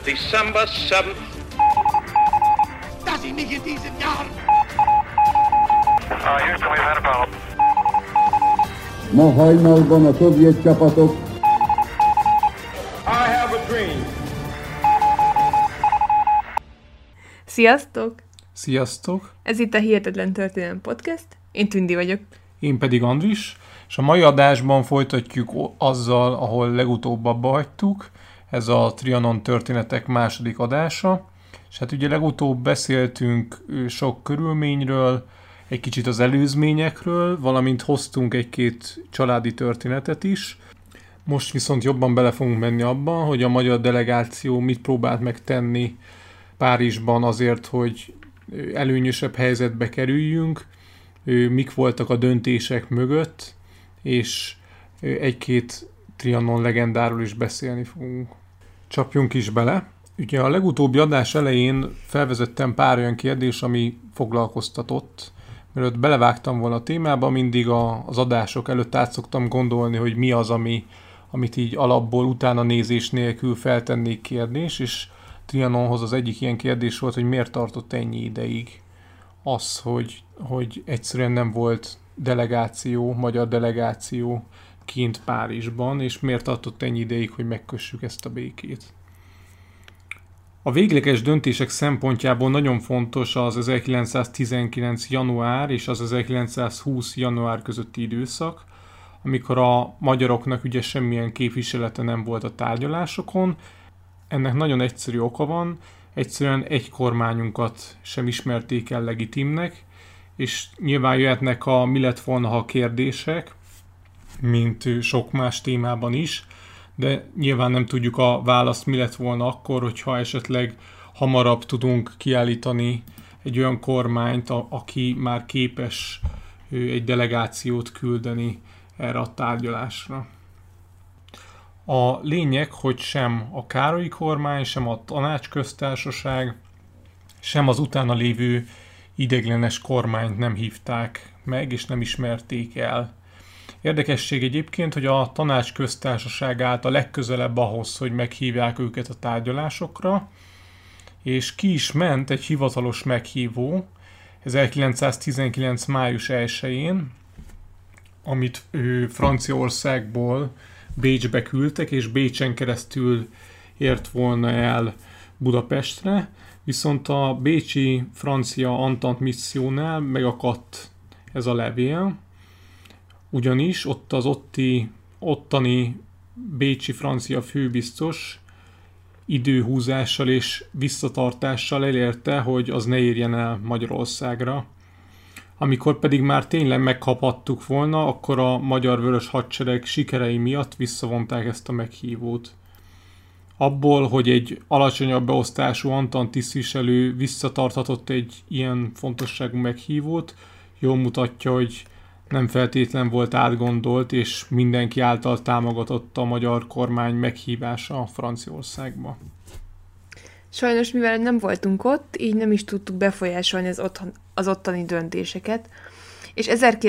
December 7th. Dass ich nicht in diesen Jahren... Houston, we've had a problem. Ma hajnalban a szovjet csapatok I have a dream. Sziasztok! Sziasztok! Ez itt a Hihetetlen Történelem Podcast. Én Tündi vagyok. Én pedig Andris, és a mai adásban folytatjuk azzal, ahol legutóbb abba hagytuk. Ez a Trianon történetek második adása. És hát ugye legutóbb beszéltünk sok körülményről, egy kicsit az előzményekről, valamint hoztunk egy-két családi történetet is. Most viszont jobban bele fogunk menni abban, hogy a magyar delegáció mit próbált megtenni Párizsban azért, hogy előnyösebb helyzetbe kerüljünk, mik voltak a döntések mögött, és egy-két Trianon legendáról is beszélni fogunk. Csapjunk is bele. Ugye a legutóbbi adás elején felvezettem pár olyan kérdés, ami foglalkoztatott. Mielőtt belevágtam volna a témába, mindig az adások előtt át szoktam gondolni, hogy mi az, amit így alapból utána nézés nélkül feltennék kérdés, és Trianonhoz az egyik ilyen kérdés volt, hogy miért tartott ennyi ideig az, hogy egyszerűen nem volt delegáció, magyar delegáció kint Párizsban, és miért tartott ennyi ideig, hogy megkössük ezt a békét. A végleges döntések szempontjából nagyon fontos az 1919. január és az 1920. január közötti időszak, amikor a magyaroknak ugye semmilyen képviselete nem volt a tárgyalásokon. Ennek nagyon egyszerű oka van, egyszerűen egy kormányunkat sem ismerték el legitimnek, és nyilván jöhetnek a mi lett volna, ha kérdések, mint sok más témában is, de nyilván nem tudjuk a választ, mi lett volna akkor, hogyha esetleg hamarabb tudunk kiállítani egy olyan kormányt, aki már képes egy delegációt küldeni erre a tárgyalásra. A lényeg, hogy sem a Károlyi kormány, sem a Tanácsköztársaság, sem az utána lévő ideiglenes kormányt nem hívták meg, és nem ismerték el. Érdekesség egyébként, hogy a Tanácsköztársaság állt a legközelebb ahhoz, hogy meghívják őket a tárgyalásokra, és ki is ment egy hivatalos meghívó 1919. május 1-én, amit Franciaországból Bécsbe küldtek, és Bécsen keresztül ért volna el Budapestre, viszont a bécsi francia Entente missziónál megakadt ez a levél, ugyanis ott az ottani bécsi francia főbiztos időhúzással és visszatartással elérte, hogy az ne érjen el Magyarországra. Amikor pedig már tényleg megkaphattuk volna, akkor a Magyar Vörös Hadsereg sikerei miatt visszavonták ezt a meghívót. Abból, hogy egy alacsonyabb beosztású Antant tisztviselő visszatarthatott egy ilyen fontosságú meghívót, jól mutatja, hogy nem feltétlen volt átgondolt, és mindenki által támogatott a magyar kormány meghívása Franciaországba. Sajnos, mivel nem voltunk ott, így nem is tudtuk befolyásolni az ottani döntéseket, és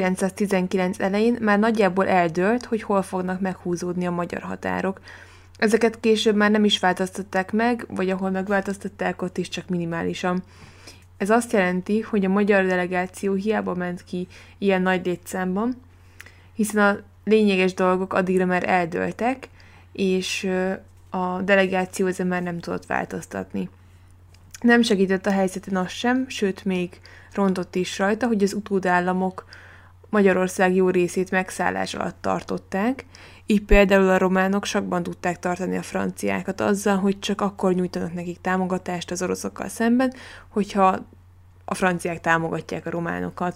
1919 elején már nagyjából eldőlt, hogy hol fognak meghúzódni a magyar határok. Ezeket később már nem is változtatták meg, vagy ahol megváltoztatták, ott is csak minimálisan. Ez azt jelenti, hogy a magyar delegáció hiába ment ki ilyen nagy létszámban, hiszen a lényeges dolgok addigra már eldőltek, és a delegáció ezen már nem tudott változtatni. Nem segített a helyzeten az sem, sőt még rontott is rajta, hogy az utódállamok Magyarország jó részét megszállás alatt tartották, így például a románok sakban tudták tartani a franciákat azzal, hogy csak akkor nyújtanak nekik támogatást az oroszokkal szemben, hogyha a franciák támogatják a románokat.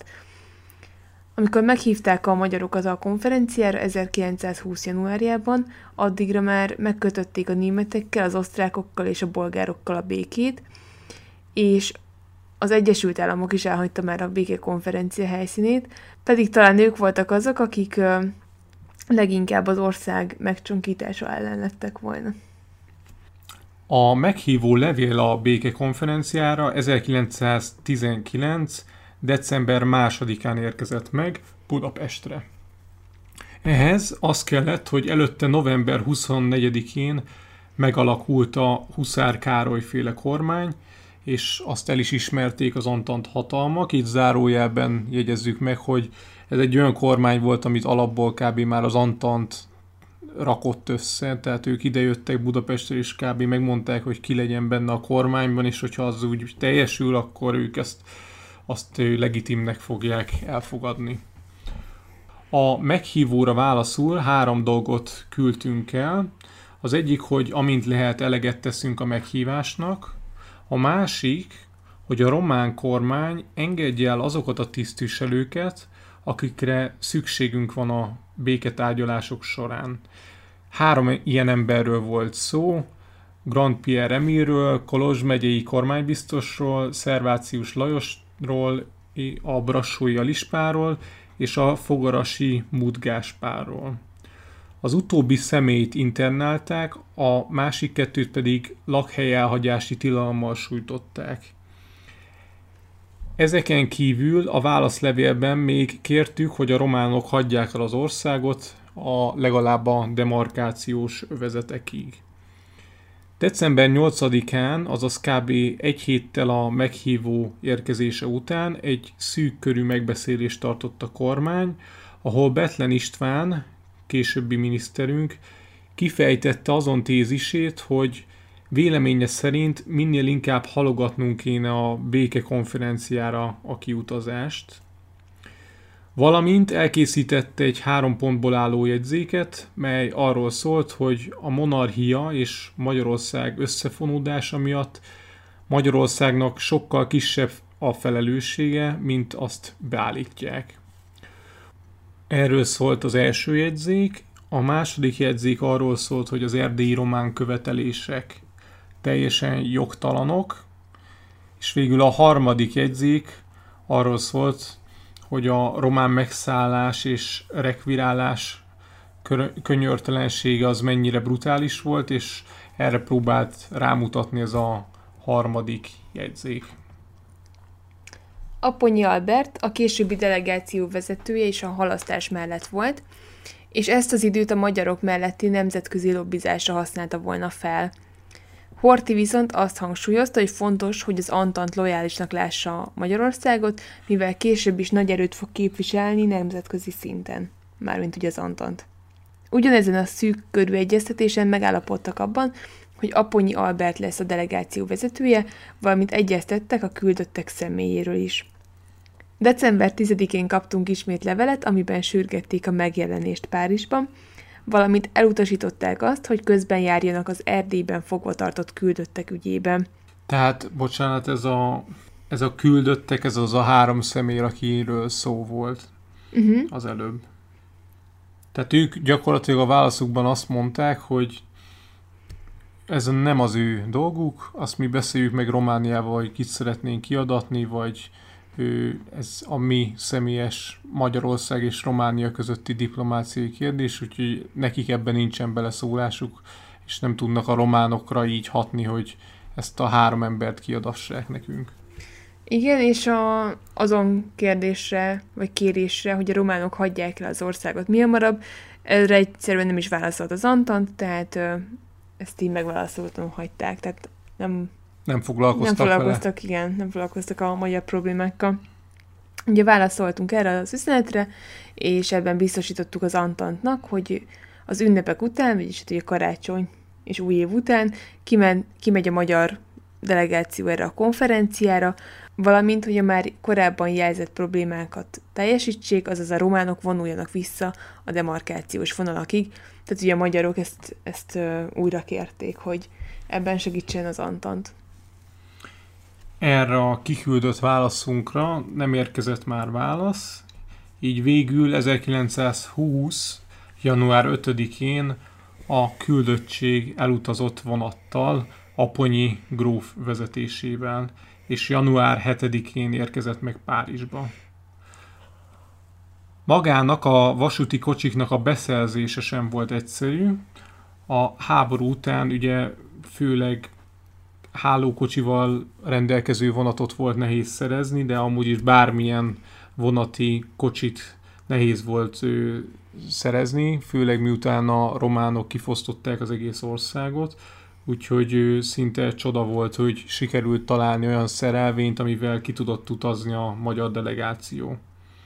Amikor meghívták a magyarokat a konferenciára 1920. januárjában, addigra már megkötötték a németekkel, az osztrákokkal és a bolgárokkal a békét, és az Egyesült Államok is elhagyta már a békekonferencia helyszínét, pedig talán ők voltak azok, akik leginkább az ország megcsonkítása ellen lettek volna. A meghívó levél a békekonferenciára 1919. december 2-án érkezett meg Budapestre. Ehhez az kellett, hogy előtte november 24-én megalakult a Huszár Károly féle kormány, és azt el is ismerték az Antant hatalmak. Itt zárójelben jegyezzük meg, hogy ez egy olyan kormány volt, amit alapból kb. Már az Antant rakott össze, tehát ők idejöttek Budapestre, és kb. Megmondták, hogy ki legyen benne a kormányban, és hogyha az úgy teljesül, akkor ők azt legitimnek fogják elfogadni. A meghívóra válaszul 3 dolgot küldtünk el. Az egyik, hogy amint lehet eleget teszünk a meghívásnak. A másik, hogy a román kormány engedje el azokat a tisztviselőket, akikre szükségünk van a béketárgyalások során. 3 ilyen emberről volt szó, Grand Pierre Emilről, Kolozs megyei kormánybiztosról, Szervácius Lajosról, a Brassói Alispáról és a Fogarasi Mut Gáspárról. Az utóbbi személyt internálták, a másik 2 pedig lakhely elhagyási tilalommal sújtották. Ezeken kívül a válaszlevélben még kértük, hogy a románok hagyják el az országot legalább a demarkációs övezetekig. December 8-án, azaz kb. 1 héttel a meghívó érkezése után egy szűk körű megbeszélést tartott a kormány, ahol Bethlen István, későbbi miniszterünk, kifejtette azon tézisét, hogy véleménye szerint minél inkább halogatnunk kéne a békekonferenciára a kiutazást. Valamint elkészítette egy 3 pontból álló jegyzéket, mely arról szólt, hogy a monarchia és Magyarország összefonódása miatt Magyarországnak sokkal kisebb a felelőssége, mint azt beállítják. Erről szólt az első jegyzék, a második jegyzék arról szólt, hogy az erdélyi román követelések teljesen jogtalanok, és végül a harmadik jegyzék arról szólt, hogy a román megszállás és rekvirálás könyörtelensége az mennyire brutális volt, és erre próbált rámutatni ez a harmadik jegyzék. Apponyi Albert a későbbi delegáció vezetője és a halasztás mellett volt, és ezt az időt a magyarok melletti nemzetközi lobbizásra használta volna fel. Horthy viszont azt hangsúlyozta, hogy fontos, hogy az Antant lojálisnak lássa Magyarországot, mivel később is nagy erőt fog képviselni nemzetközi szinten, mármint ugye az Antant. Ugyanezen a szűk körű egyeztetésen megállapodtak abban, hogy Apponyi Albert lesz a delegáció vezetője, valamint egyeztettek a küldöttek személyéről is. December 10-én kaptunk ismét levelet, amiben sürgették a megjelenést Párizsban, valamint elutasították azt, hogy közben járjanak az Erdélyben fogvatartott küldöttek ügyében. Tehát, bocsánat, ez a küldöttek, ez az a 3 személy, akiről szó volt az előbb. Tehát ők gyakorlatilag a válaszukban azt mondták, hogy ez nem az ő dolguk, azt mi beszéljük meg Romániával, hogy kit szeretnénk kiadatni, vagy ez a mi személyes Magyarország és Románia közötti diplomáciai kérdés, úgyhogy nekik ebben nincsen beleszólásuk, és nem tudnak a románokra így hatni, hogy ezt a 3 embert kiadassák nekünk. Igen, és azon kérdésre, vagy kérésre, hogy a románok hagyják el az országot mi hamarabb, erre egyszerűen nem is válaszolt az Antant, tehát ezt így megválaszolatlanul hagyták, tehát nem foglalkoztak a magyar problémákkal. Ugye válaszoltunk erre az üzenetre, és ebben biztosítottuk az Antantnak, hogy az ünnepek után, vagyis ugye karácsony és új év után kimegy a magyar delegáció erre a konferenciára, valamint, hogy a már korábban jelzett problémákat teljesítsék, azaz a románok vonuljanak vissza a demarkációs vonalakig. Tehát ugye a magyarok ezt újra kérték, hogy ebben segítsen az Antant. Erre a kiküldött válaszunkra nem érkezett már válasz, így végül 1920. január 5-én a küldöttség elutazott vonattal Apponyi gróf vezetésével, és január 7-én érkezett meg Párizsba. Magának a vasúti kocsiknak a beszerzése sem volt egyszerű. A háború után ugye főleg hálókocsival rendelkező vonatot volt nehéz szerezni, de amúgy is bármilyen vonati kocsit nehéz volt szerezni, főleg miután a románok kifosztották az egész országot. úgyhogy szinte csoda volt, hogy sikerült találni olyan szerelvényt, amivel ki tudott utazni a magyar delegáció.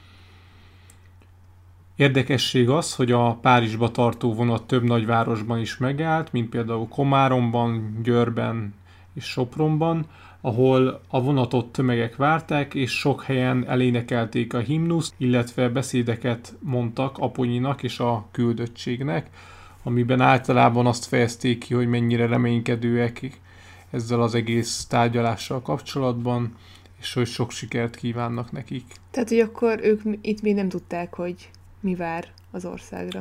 Érdekesség az, hogy a Párizsba tartó vonat több nagyvárosban is megállt, mint például Komáromban, Győrben és Sopronban, ahol a vonatot tömegek várták, és sok helyen elénekelték a himnuszt, illetve beszédeket mondtak Aponyinak és a küldöttségnek, amiben általában azt fejezték ki, hogy mennyire reménykedőek ezzel az egész tárgyalással kapcsolatban, és hogy sok sikert kívánnak nekik. Tehát, hogy akkor ők itt még nem tudták, hogy mi vár az országra.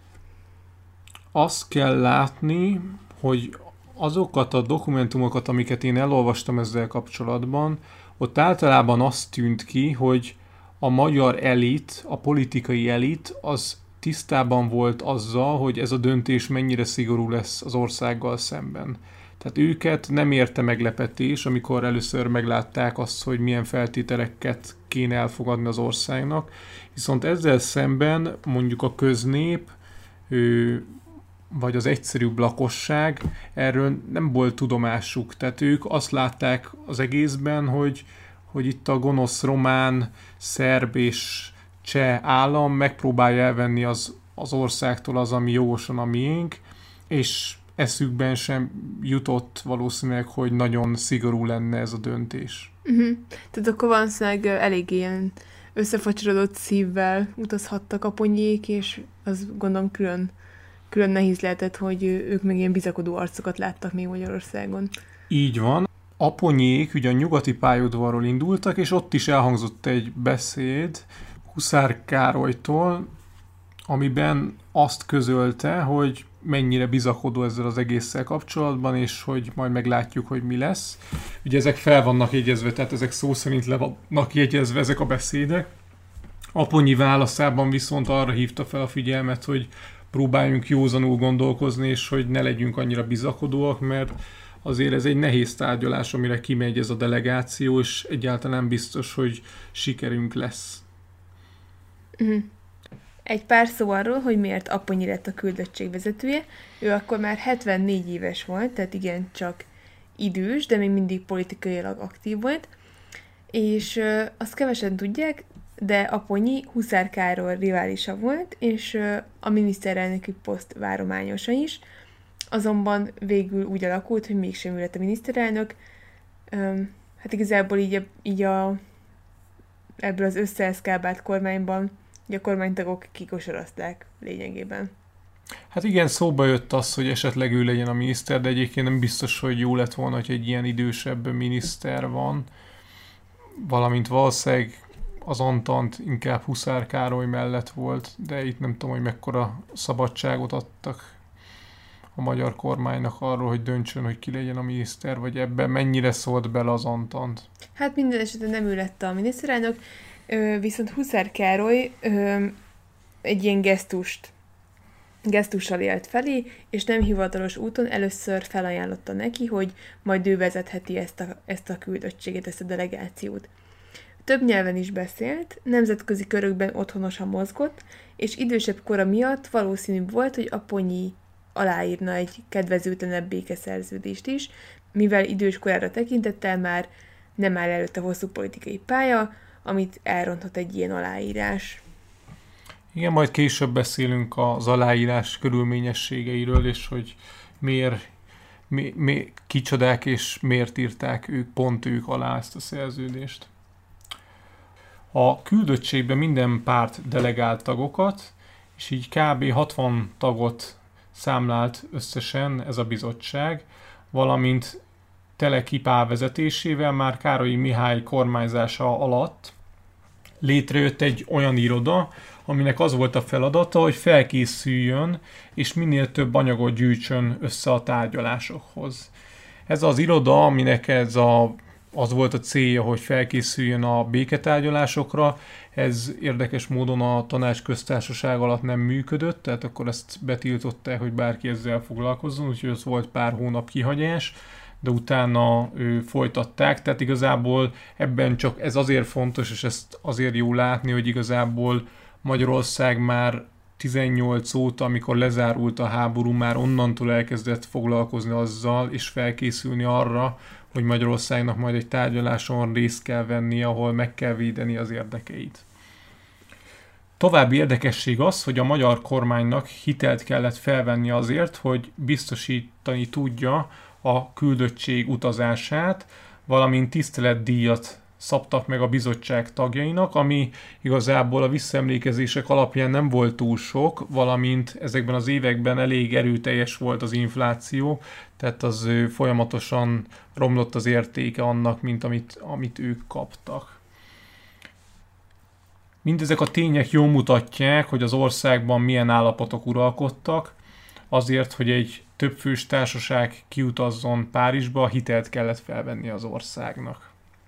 Azt kell látni, hogy azokat a dokumentumokat, amiket én elolvastam ezzel kapcsolatban, ott általában azt tűnt ki, hogy a magyar elit, a politikai elit az tisztában volt azzal, hogy ez a döntés mennyire szigorú lesz az országgal szemben. Tehát őket nem érte meglepetés, amikor először meglátták azt, hogy milyen feltételeket kéne elfogadni az országnak, viszont ezzel szemben mondjuk a köznép, vagy az egyszerűbb lakosság erről nem volt tudomásuk. Tehát ők azt látták az egészben, hogy itt a gonosz román, szerb és cseh állam megpróbálja elvenni az országtól az, ami jogosan a miénk, és eszükben sem jutott valószínűleg, hogy nagyon szigorú lenne ez a döntés. Tehát akkor valószínűleg elég ilyen összefacsarodott szívvel utazhattak Aponyék, és az gondolom külön nehéz lehetett, hogy ők még ilyen bizakodó arcokat láttak még Magyarországon. Így van. Aponyék ugye a nyugati pályaudvarról indultak, és ott is elhangzott egy beszéd Huszár Károlytól, amiben azt közölte, hogy mennyire bizakodó ezzel az egésszel kapcsolatban, és hogy majd meglátjuk, hogy mi lesz. Ugye ezek fel vannak jegyezve, tehát ezek szó szerint le vannak jegyezve ezek a beszédek. Aponyi válaszában viszont arra hívta fel a figyelmet, hogy próbáljunk józanul gondolkozni, és hogy ne legyünk annyira bizakodóak, mert azért ez egy nehéz tárgyalás, amire kimegy ez a delegáció, és egyáltalán biztos, hogy sikerünk lesz. Egy pár szó arról, hogy miért Aponyi lett a küldöttség vezetője. Ő akkor már 74 éves volt, tehát igen, csak idős, de még mindig politikailag aktív volt. És azt kevesen tudják, de Aponyi Huszár Károly riválisa volt, és a miniszterelnöki poszt várományosa is. Azonban végül úgy alakult, hogy mégsem ő lett a miniszterelnök. Hát igazából így ebből az összeeszkábált kormányban a kormánytagok kikosarazták lényegében. Hát igen, szóba jött az, hogy esetleg ő legyen a miniszter, de egyébként nem biztos, hogy jó lett volna, hogy egy ilyen idősebb miniszter van, valamint valószínűleg az Antant inkább Huszár Károly mellett volt, de itt nem tudom, hogy mekkora szabadságot adtak a magyar kormánynak arról, hogy döntsön, hogy ki legyen a miniszter, vagy ebben mennyire szólt bele az Antant. Hát minden esetben nem ő lett a miniszterelnök, viszont Huszár Károly egy ilyen gesztussal élt felé, és nem hivatalos úton először felajánlotta neki, hogy majd ő vezetheti ezt a küldöttséget, ezt a delegációt. Több nyelven is beszélt, nemzetközi körökben otthonosan mozgott, és idősebb kora miatt valószínűbb volt, hogy Aponyi aláírna egy kedvezőtlenebb békeszerződést is, mivel idős korára tekintettel már nem áll előtte hosszú politikai pálya, amit elronthat egy ilyen aláírás. Igen, majd később beszélünk az aláírás körülményességeiről, és hogy miért kicsodák és miért írták pont ők alá ezt a szerződést. A küldöttségben minden párt delegált tagokat, és így kb. 60 tagot számlált összesen ez a bizottság, valamint Teleki Pál vezetésével már Károlyi Mihály kormányzása alatt létrejött egy olyan iroda, aminek az volt a feladata, hogy felkészüljön, és minél több anyagot gyűjtsön össze a tárgyalásokhoz. Ez az iroda, aminek az volt a célja, hogy felkészüljön a béketárgyalásokra, ez érdekes módon a Tanácsköztársaság alatt nem működött, tehát akkor ezt betiltották, hogy bárki ezzel foglalkozzon, úgyhogy az volt pár hónap kihagyás, de utána folytatták, tehát igazából ebben csak ez azért fontos, és ezt azért jó látni, hogy igazából Magyarország már 18 óta, amikor lezárult a háború, már onnantól elkezdett foglalkozni azzal, és felkészülni arra, hogy Magyarországnak majd egy tárgyaláson részt kell venni, ahol meg kell védeni az érdekeit. További érdekesség az, hogy a magyar kormánynak hitelt kellett felvenni azért, hogy biztosítani tudja a küldöttség utazását, valamint tiszteletdíjat szabtak meg a bizottság tagjainak, ami igazából a visszaemlékezések alapján nem volt túl sok, valamint ezekben az években elég erőteljes volt az infláció, tehát az folyamatosan romlott az értéke annak, mint amit ők kaptak. Mindezek a tények jól mutatják, hogy az országban milyen állapotok uralkodtak, azért, hogy egy többfős társaság kiutazzon Párizsba, hitelt kellett felvenni az országnak.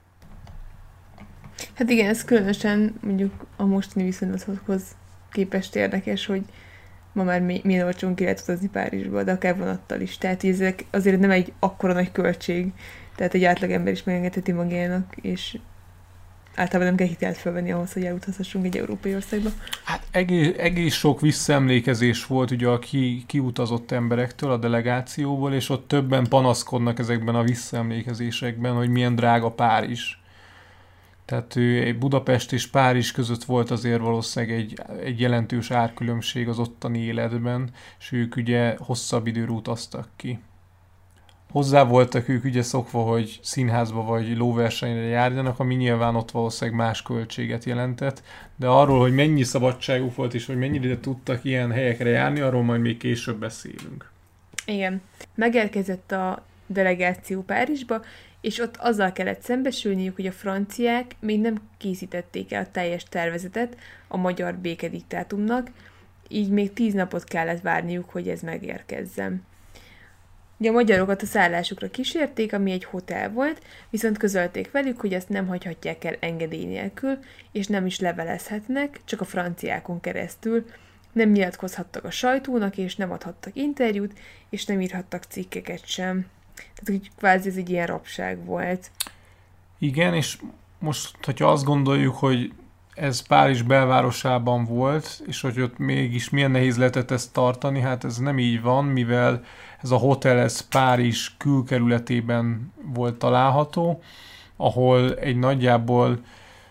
Hát igen, ez különösen mondjuk a mostani viszonylathoz képest érdekes, hogy ma már milyen olcsón ki lehet utazni Párizsba, de akár vonattal is. Tehát ezek azért nem egy akkora nagy költség, tehát egy átlagember is megengedheti magának, és általában nem kell hitelt felvenni ahhoz, hogy elutazhassunk egy európai országba. Hát egész sok visszaemlékezés volt ugye a kiutazott emberektől, a delegációból, és ott többen panaszkodnak ezekben a visszaemlékezésekben, hogy milyen drága Párizs. Tehát Budapest és Párizs között volt azért valószínűleg egy jelentős árkülönbség az ottani életben, és ők ugye hosszabb időre utaztak ki. Hozzá voltak ők ugye szokva, hogy színházba vagy lóversenyre járjanak, ami nyilván ott valószínűleg más költséget jelentett, de arról, hogy mennyi szabadságuk volt és hogy mennyire tudtak ilyen helyekre járni, arról majd még később beszélünk. Igen. Megérkezett a delegáció Párizsba, és ott azzal kellett szembesülniük, hogy a franciák még nem készítették el a teljes tervezetet a magyar békediktátumnak, így még 10 napot kellett várniuk, hogy ez megérkezzen. Ugye a magyarokat a szállásukra kísérték, ami egy hotel volt, viszont közölték velük, hogy ezt nem hagyhatják el engedély nélkül, és nem is levelezhetnek, csak a franciákon keresztül. Nem nyilatkozhattak a sajtónak, és nem adhattak interjút, és nem írhattak cikkeket sem. Tehát úgy kvázi ez egy ilyen rabság volt. Igen, és most, hogyha azt gondoljuk, hogy ez Párizs belvárosában volt, és hogy ott mégis milyen nehéz lehetett ezt tartani, hát ez nem így van, mivel ez a hotel, ez Párizs külkerületében volt található, ahol egy nagyjából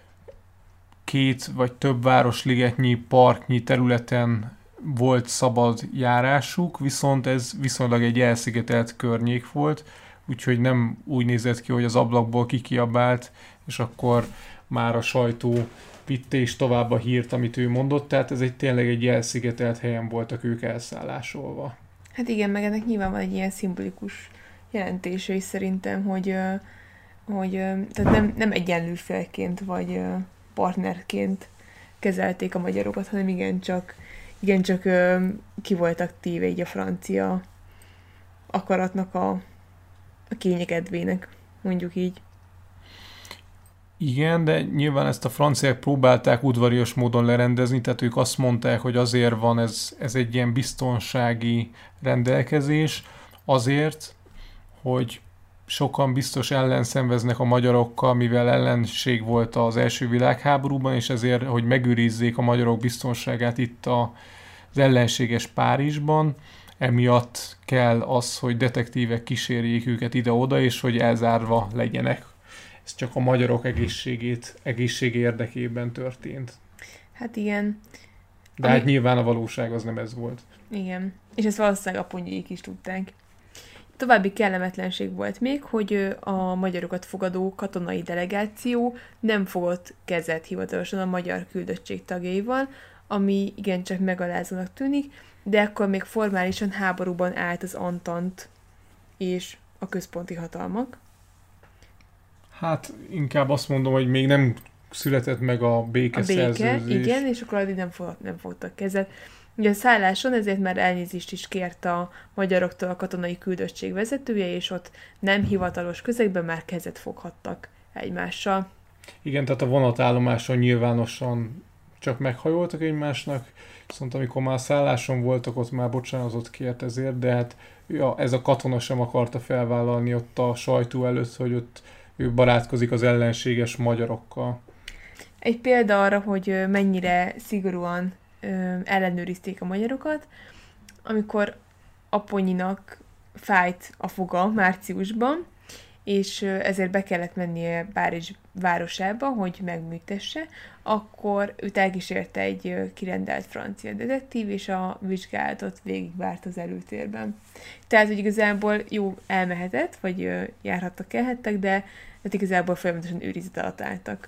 2 vagy több városligetnyi, parknyi területen volt szabad járásuk, viszont ez viszonylag egy elszigetelt környék volt, úgyhogy nem úgy nézett ki, hogy az ablakból kikiabált, és akkor már a sajtó vitte is tovább a hírt, amit ő mondott, tehát ez tényleg egy elszigetelt helyen voltak ők elszállásolva. Hát igen, meg ennek nyilván van egy ilyen szimbolikus jelentése is szerintem, hogy tehát nem egyenlő félként vagy partnerként kezelték a magyarokat, hanem igencsak ki voltak téve így a francia akaratnak a kényekedvének, mondjuk így. Igen, de nyilván ezt a franciák próbálták udvarias módon lerendezni, tehát ők azt mondták, hogy azért van ez egy ilyen biztonsági rendelkezés, azért, hogy sokan biztos ellenszenveznek a magyarokkal, mivel ellenség volt az első világháborúban, és ezért, hogy megőrizzék a magyarok biztonságát itt az ellenséges Párizsban, emiatt kell az, hogy detektívek kísérjék őket ide-oda, és hogy elzárva legyenek. Ez csak a magyarok egészsége érdekében történt. Hát igen. De hát nyilván a valóság az nem ez volt. Igen. És ezt valószínűleg aponyék is tudták. További kellemetlenség volt még, hogy a magyarokat fogadó katonai delegáció nem fogott kezet hivatalosan a magyar küldöttség tagjaival, ami igencsak megalázónak tűnik, de akkor még formálisan háborúban állt az Antant és a központi hatalmak. Hát inkább azt mondom, hogy még nem született meg a békeszerződés. A béke, igen, és akkor addig nem fogtak kezet. Ugye a szálláson ezért már elnézést is kért a magyaroktól a katonai küldöttség vezetője, és ott nem hivatalos közegben már kezet foghattak egymással. Igen, tehát a vonatállomáson nyilvánosan csak meghajoltak egymásnak, viszont amikor már szálláson voltak, ott már bocsánatot kért ezért, de hát ez a katona sem akarta felvállalni ott a sajtó előtt, hogy ott ő barátkozik az ellenséges magyarokkal. Egy példa arra, hogy mennyire szigorúan ellenőrizték a magyarokat, amikor Aponyinak fájt a foga márciusban, és ezért be kellett mennie Párizs városába, hogy megműtesse, akkor őt elkísérte egy kirendelt francia detektív, és a vizsgálatot végigvárt az előtérben. Tehát, hogy igazából jó elmehetett, vagy járhattak, elhettek, de igazából folyamatosan őrizet alatt álltak.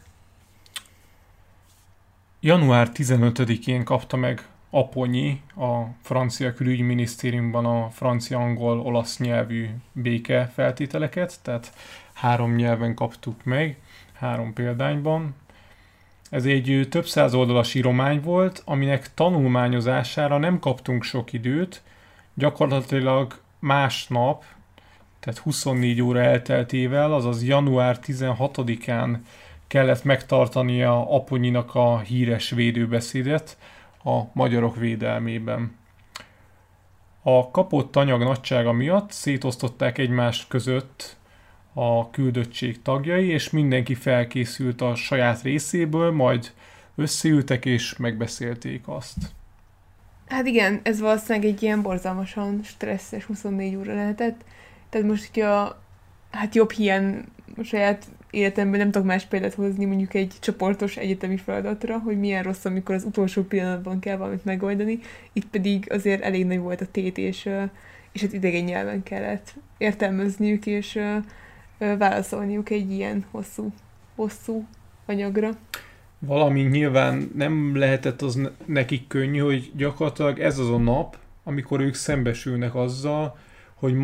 Január 15-én kapta meg Aponyi a francia külügyminisztériumban a francia-angol-olasz nyelvű békefeltételeket, tehát 3 nyelven kaptuk meg, 3 példányban. Ez egy több száz oldalas íromány volt, aminek tanulmányozására nem kaptunk sok időt, gyakorlatilag másnap, tehát 24 óra elteltével, azaz január 16-án kellett megtartania Aponyinak a híres védőbeszédet a magyarok védelmében. A kapott anyag nagysága miatt szétosztották egymás között a küldöttség tagjai, és mindenki felkészült a saját részéből, majd összeültek és megbeszélték azt. Hát igen, ez valószínűleg egy ilyen borzalmasan stresszes 24 óra lehetett. Tehát most, hogyha jobb hiány a saját életemben nem tudok más példát hozni mondjuk egy csoportos egyetemi feladatra, hogy milyen rossz, amikor az utolsó pillanatban kell valamit megoldani. Itt pedig azért elég nagy volt a tét, és hát idegen nyelven kellett értelmezniük, és válaszolniuk egy ilyen hosszú anyagra. Valami nyilván nem lehetett az nekik könnyű, hogy gyakorlatilag ez az a nap, amikor ők szembesülnek azzal, hogy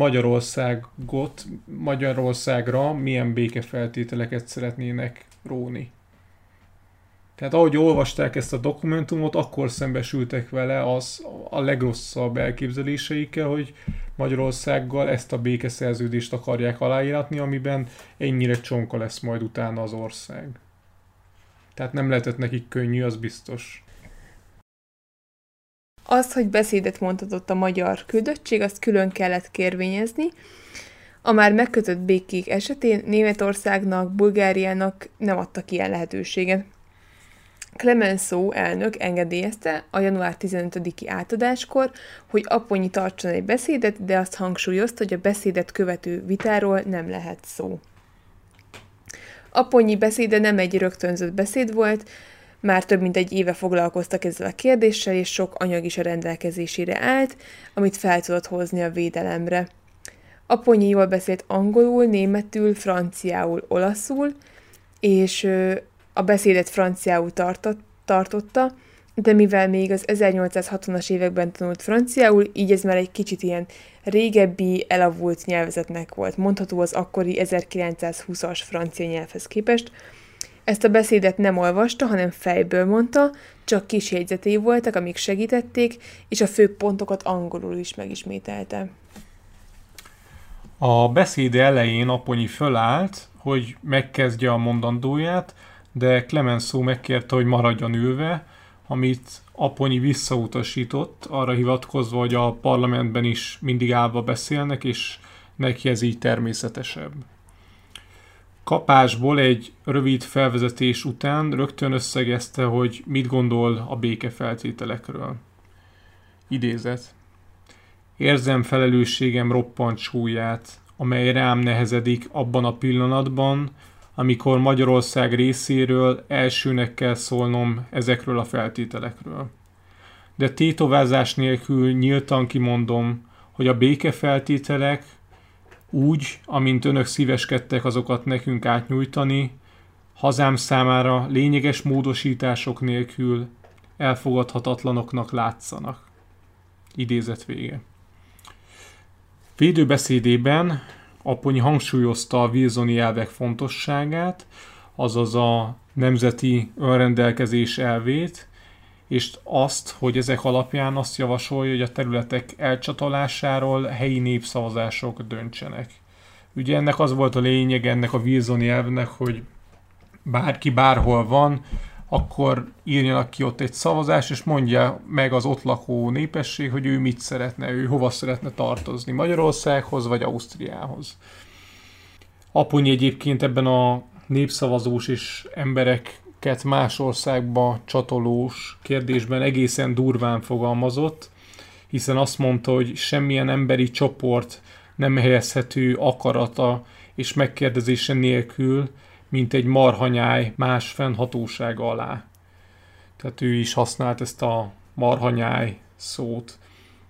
Magyarországra milyen békefeltételeket szeretnének róni. Tehát ahogy olvasták ezt a dokumentumot, akkor szembesültek vele az a legrosszabb elképzeléseikkel, hogy Magyarországgal ezt a békeszerződést akarják aláíratni, amiben ennyire csonka lesz majd utána az ország. Tehát nem lehetett nekik könnyű, az biztos. Az, hogy beszédet mondhatott a magyar küldöttség, azt külön kellett kérvényezni. A már megkötött békék esetén Németországnak, Bulgáriának nem adtak ilyen lehetőséget. Clemenceau elnök engedélyezte a január 15-i átadáskor, hogy Aponyi tartson egy beszédet, de azt hangsúlyozta, hogy a beszédet követő vitáról nem lehet szó. Aponyi beszéde nem egy rögtönzött beszéd volt, már több mint egy éve foglalkoztak ezzel a kérdéssel, és sok anyag is a rendelkezésére állt, amit fel tudott hozni a védelemre. Aponyi jól beszélt angolul, németül, franciául, olaszul, és a beszédet franciául tartotta, de mivel még az 1860-as években tanult franciául, így ez már egy kicsit ilyen régebbi, elavult nyelvezetnek volt mondható az akkori 1920-as francia nyelvhez képest. Ezt a beszédet nem olvasta, hanem fejből mondta, csak kis jegyzetei voltak, amik segítették, és a fő pontokat angolul is megismételte. A beszéde elején Aponyi fölállt, hogy megkezdje a mondandóját, de Clemenceau megkérte, hogy maradjon ülve, amit Aponyi visszautasított, arra hivatkozva, hogy a parlamentben is mindig állva beszélnek, és neki ez így természetesebb. Kapásból egy rövid felvezetés után rögtön összegezte, hogy mit gondol a békefeltételekről. Idézet. Érzem felelősségem roppant súlyát, amely rám nehezedik abban a pillanatban, amikor Magyarország részéről elsőnek kell szólnom ezekről a feltételekről. De tétovázás nélkül nyíltan kimondom, hogy a békefeltételek úgy, amint önök szíveskedtek azokat nekünk átnyújtani, hazám számára lényeges módosítások nélkül elfogadhatatlanoknak látszanak. Idézet vége. Védőbeszédében Aponyi hangsúlyozta a wilsoni elvek fontosságát, azaz a nemzeti önrendelkezés elvét, és azt, hogy ezek alapján azt javasolja, hogy a területek elcsatolásáról helyi népszavazások döntsenek. Ugye ennek az volt a lényeg, ennek a wilsoni elvnek, hogy bárki bárhol van, akkor írjanak ki ott egy szavazás, és mondja meg az ott lakó népesség, hogy ő mit szeretne, ő hova szeretne tartozni, Magyarországhoz vagy Ausztriához. Aponyi egyébként ebben a népszavazós és emberek erdélyeket más országba csatolós kérdésben egészen durván fogalmazott, hiszen azt mondta, hogy semmilyen emberi csoport nem helyezhető akarata és megkérdezése nélkül, mint egy marhanyáj más fennhatósága alá. Tehát ő is használt ezt a marhanyáj szót.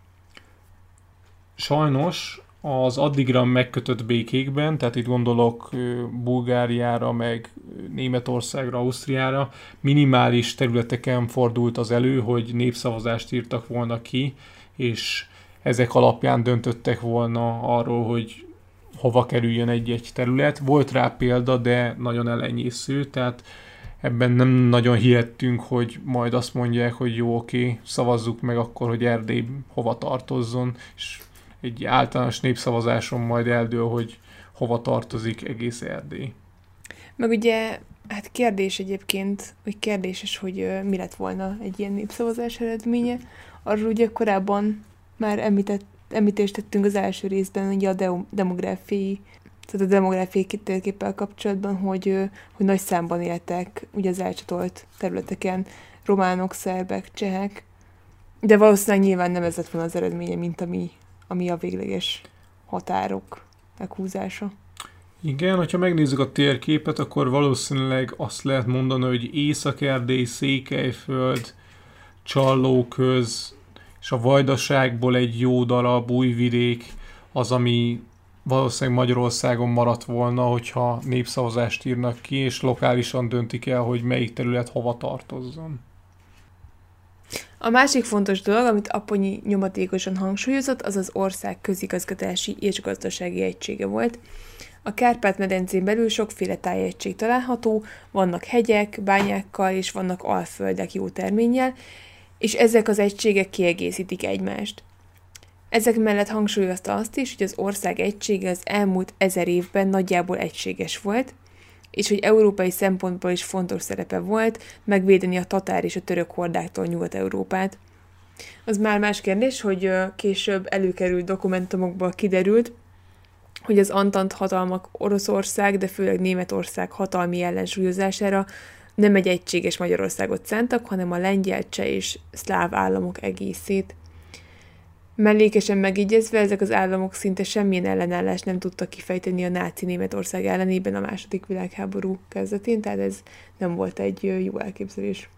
Sajnos az addigra megkötött békékben, tehát itt gondolok Bulgáriára, meg Németországra, Ausztriára, minimális területeken fordult az elő, hogy népszavazást írtak volna ki, és ezek alapján döntöttek volna arról, hogy hova kerüljön egy-egy terület. Volt rá példa, de nagyon elenyésző, tehát ebben nem nagyon hihettünk, hogy majd azt mondják, hogy jó, oké, szavazzuk meg akkor, hogy Erdély hova tartozzon, és egy általános népszavazáson majd eldől, hogy hova tartozik egész Erdély. Meg ugye, hát kérdés egyébként, hogy kérdéses, hogy mi lett volna egy ilyen népszavazás eredménye. Arról ugye korábban már említést tettünk az első részben, ugye a demográfiai térképpel kapcsolatban, hogy nagy számban éltek ugye az elcsatolt területeken románok, szerbek, csehek, de valószínűleg nyilván nem ez lett volna az eredménye, mint ami a végleges határok meghúzása. Igen, hogyha megnézzük a térképet, akkor valószínűleg azt lehet mondani, hogy Észak-Erdély, Székelyföld, Csallóköz és a Vajdaságból egy jó darab Újvidék az, ami valószínűleg Magyarországon maradt volna, hogyha népszavazást írnak ki, és lokálisan döntik el, hogy melyik terület hova tartozzon. A másik fontos dolog, amit Apponyi nyomatékosan hangsúlyozott, az az ország közigazgatási és gazdasági egysége volt. A Kárpát-medencén belül sokféle tájegység található, vannak hegyek, bányákkal és vannak alföldek jó terménnyel, és ezek az egységek kiegészítik egymást. Ezek mellett hangsúlyozta azt is, hogy az ország egysége az elmúlt 1000 évben nagyjából egységes volt, és hogy európai szempontból is fontos szerepe volt megvédeni a tatár és a török hordáktól Nyugat-Európát. Az már más kérdés, hogy később előkerült dokumentumokból kiderült, hogy az antant hatalmak Oroszország, de főleg Németország hatalmi ellensúlyozására nem egy egységes Magyarországot szántak, hanem a lengyel, cseh és szláv államok egészét. Mellékesen megjegyezve, ezek az államok szinte semmilyen ellenállást nem tudtak kifejteni a náci Németország ellenében a II. Világháború kezdetén, tehát ez nem volt egy jó elképzelés.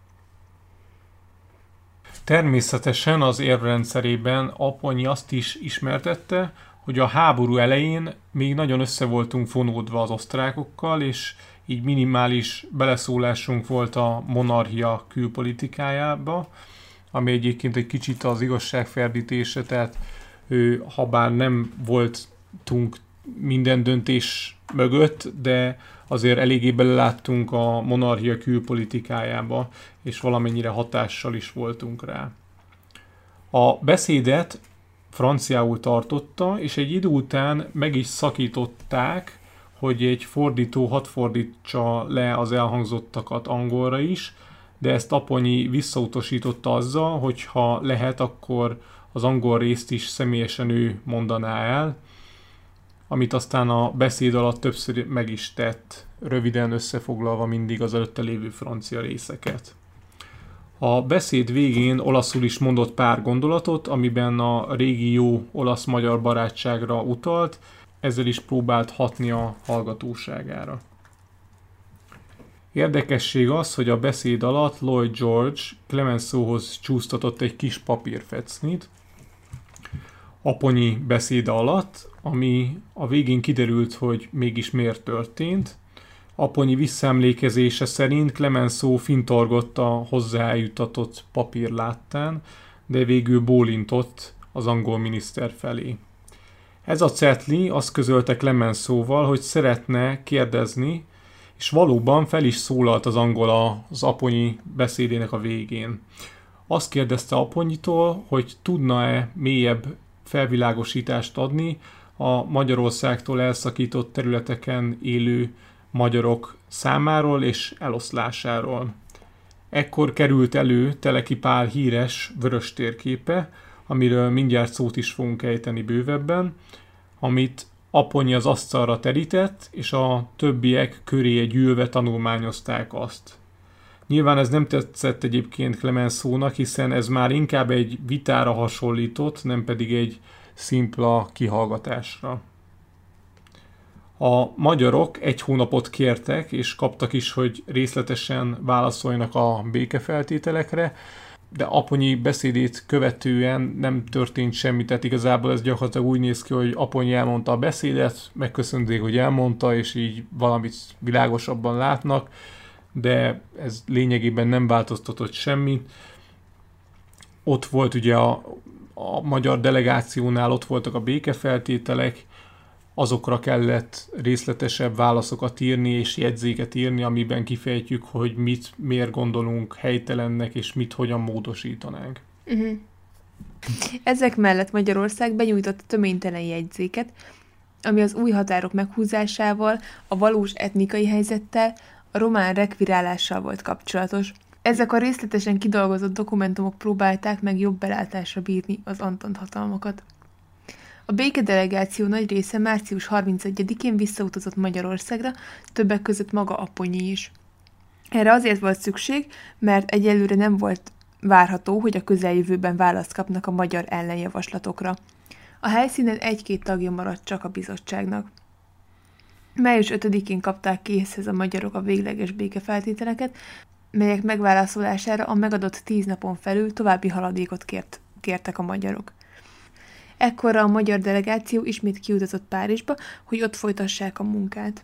Természetesen az érvrendszerében Apponyi azt is ismertette, hogy a háború elején még nagyon össze voltunk fonódva az osztrákokkal, és így minimális beleszólásunk volt a monarchia külpolitikájába, ami egyébként egy kicsit az igazságferdítése, tehát habár nem voltunk minden döntés mögött, de azért eléggé beleláttunk a monarchia külpolitikájába, és valamennyire hatással is voltunk rá. A beszédet franciául tartotta, és egy idő után meg is szakították, hogy egy fordító hadd fordítsa le az elhangzottakat angolra is, de ezt Apponyi visszautasította azzal, hogy ha lehet, akkor az angol részt is személyesen ő mondaná el, amit aztán a beszéd alatt többször meg is tett, röviden összefoglalva mindig az előtte lévő francia részeket. A beszéd végén olaszul is mondott pár gondolatot, amiben a régi jó olasz-magyar barátságra utalt, ezzel is próbált hatni a hallgatóságára. Érdekesség az, hogy a beszéd alatt Lloyd George Clemenceauhoz csúsztatott egy kis papírfecnit Apponyi beszéde alatt, ami a végén kiderült, hogy mégis miért történt. Apponyi visszaemlékezése szerint Clemenceau fintorgott a hozzá eljutatott papír láttán, de végül bólintott az angol miniszter felé. Ez a cetli azt közölte Clemenceauval, hogy szeretne kérdezni, és valóban fel is szólalt az angol az Apponyi beszédének a végén. Azt kérdezte Apponyitól, hogy tudna-e mélyebb felvilágosítást adni a Magyarországtól elszakított területeken élő magyarok számáról és eloszlásáról. Ekkor került elő Teleki Pál híres vörös térképe, amiről mindjárt szót is fogunk ejteni bővebben, amit Apponyi az asztalra terített, és a többiek köréje gyűlve tanulmányozták azt. Nyilván ez nem tetszett egyébként Clemenceaunak, hiszen ez már inkább egy vitára hasonlított, nem pedig egy szimpla kihallgatásra. A magyarok 1 hónapot kértek, és kaptak is, hogy részletesen válaszoljanak a békefeltételekre, de Aponyi beszédét követően nem történt semmi, tehát igazából ez gyakorlatilag úgy néz ki, hogy Aponyi elmondta a beszédet, megköszönték, hogy elmondta, és így valamit világosabban látnak, de ez lényegében nem változtatott semmit. Ott volt ugye a magyar delegációnál, ott voltak a békefeltételek, azokra kellett részletesebb válaszokat írni és jegyzéket írni, amiben kifejtjük, hogy miért gondolunk helytelennek, és mit hogyan módosítanánk. Uh-huh. Ezek mellett Magyarország benyújtott töménytelen jegyzéket, ami az új határok meghúzásával, a valós etnikai helyzettel, a román rekvirálással volt kapcsolatos. Ezek a részletesen kidolgozott dokumentumok próbálták meg jobb belátásra bírni az Antant hatalmakat. A békedelegáció nagy része március 31-én visszautazott Magyarországra, többek között maga Aponyi is. Erre azért volt szükség, mert egyelőre nem volt várható, hogy a közeljövőben választ kapnak a magyar ellenjavaslatokra. A helyszínen 1-2 tagja maradt csak a bizottságnak. Május 5-én kapták készhez a magyarok a végleges békefeltételeket, melyek megválaszolására a megadott 10 napon felül további haladékot kértek a magyarok. Ekkorra a magyar delegáció ismét kiutazott Párizsba, hogy ott folytassák a munkát.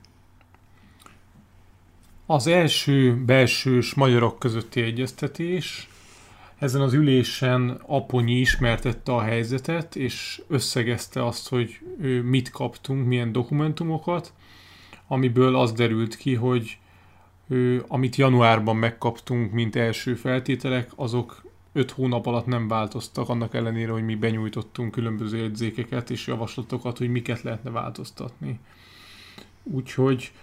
Az első belsős magyarok közötti egyeztetés. Ezen az ülésen Aponyi ismertette a helyzetet, és összegezte azt, hogy mit kaptunk, milyen dokumentumokat, amiből az derült ki, hogy amit januárban megkaptunk, mint első feltételek, azok 5 hónap alatt nem változtak, annak ellenére, hogy mi benyújtottunk különböző jegyzékeket és javaslatokat, hogy miket lehetne változtatni. Úgyhogy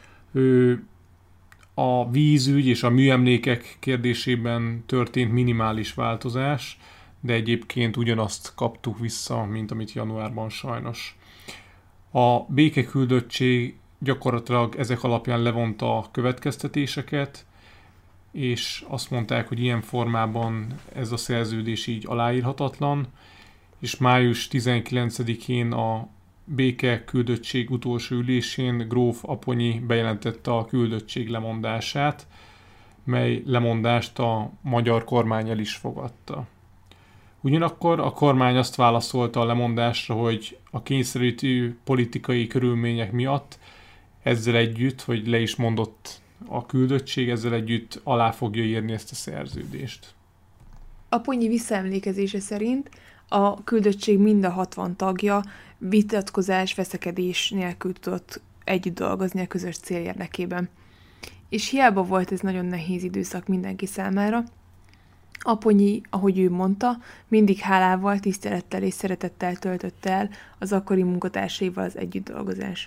a vízügy és a műemlékek kérdésében történt minimális változás, de egyébként ugyanazt kaptuk vissza, mint amit januárban sajnos. A békeküldöttség gyakorlatilag ezek alapján levonta a következtetéseket, és azt mondták, hogy ilyen formában ez a szerződés így aláírhatatlan, és május 19-én a békeküldöttség utolsó ülésén gróf Aponyi bejelentette a küldöttség lemondását, mely lemondást a magyar kormány el is fogadta. Ugyanakkor a kormány azt válaszolta a lemondásra, hogy a kényszerítő politikai körülmények miatt ezzel együtt, hogy le is mondott a küldöttség, ezzel együtt alá fogja írni ezt a szerződést. Aponyi visszaemlékezése szerint a küldöttség mind a 60 tagja vitatkozás, veszekedés nélkül tudott együtt dolgozni a közös cél érdekében. És hiába volt ez nagyon nehéz időszak mindenki számára, Aponyi, ahogy ő mondta, mindig hálával, tisztelettel és szeretettel töltötte el az akkori munkatársaival az együttdolgozás.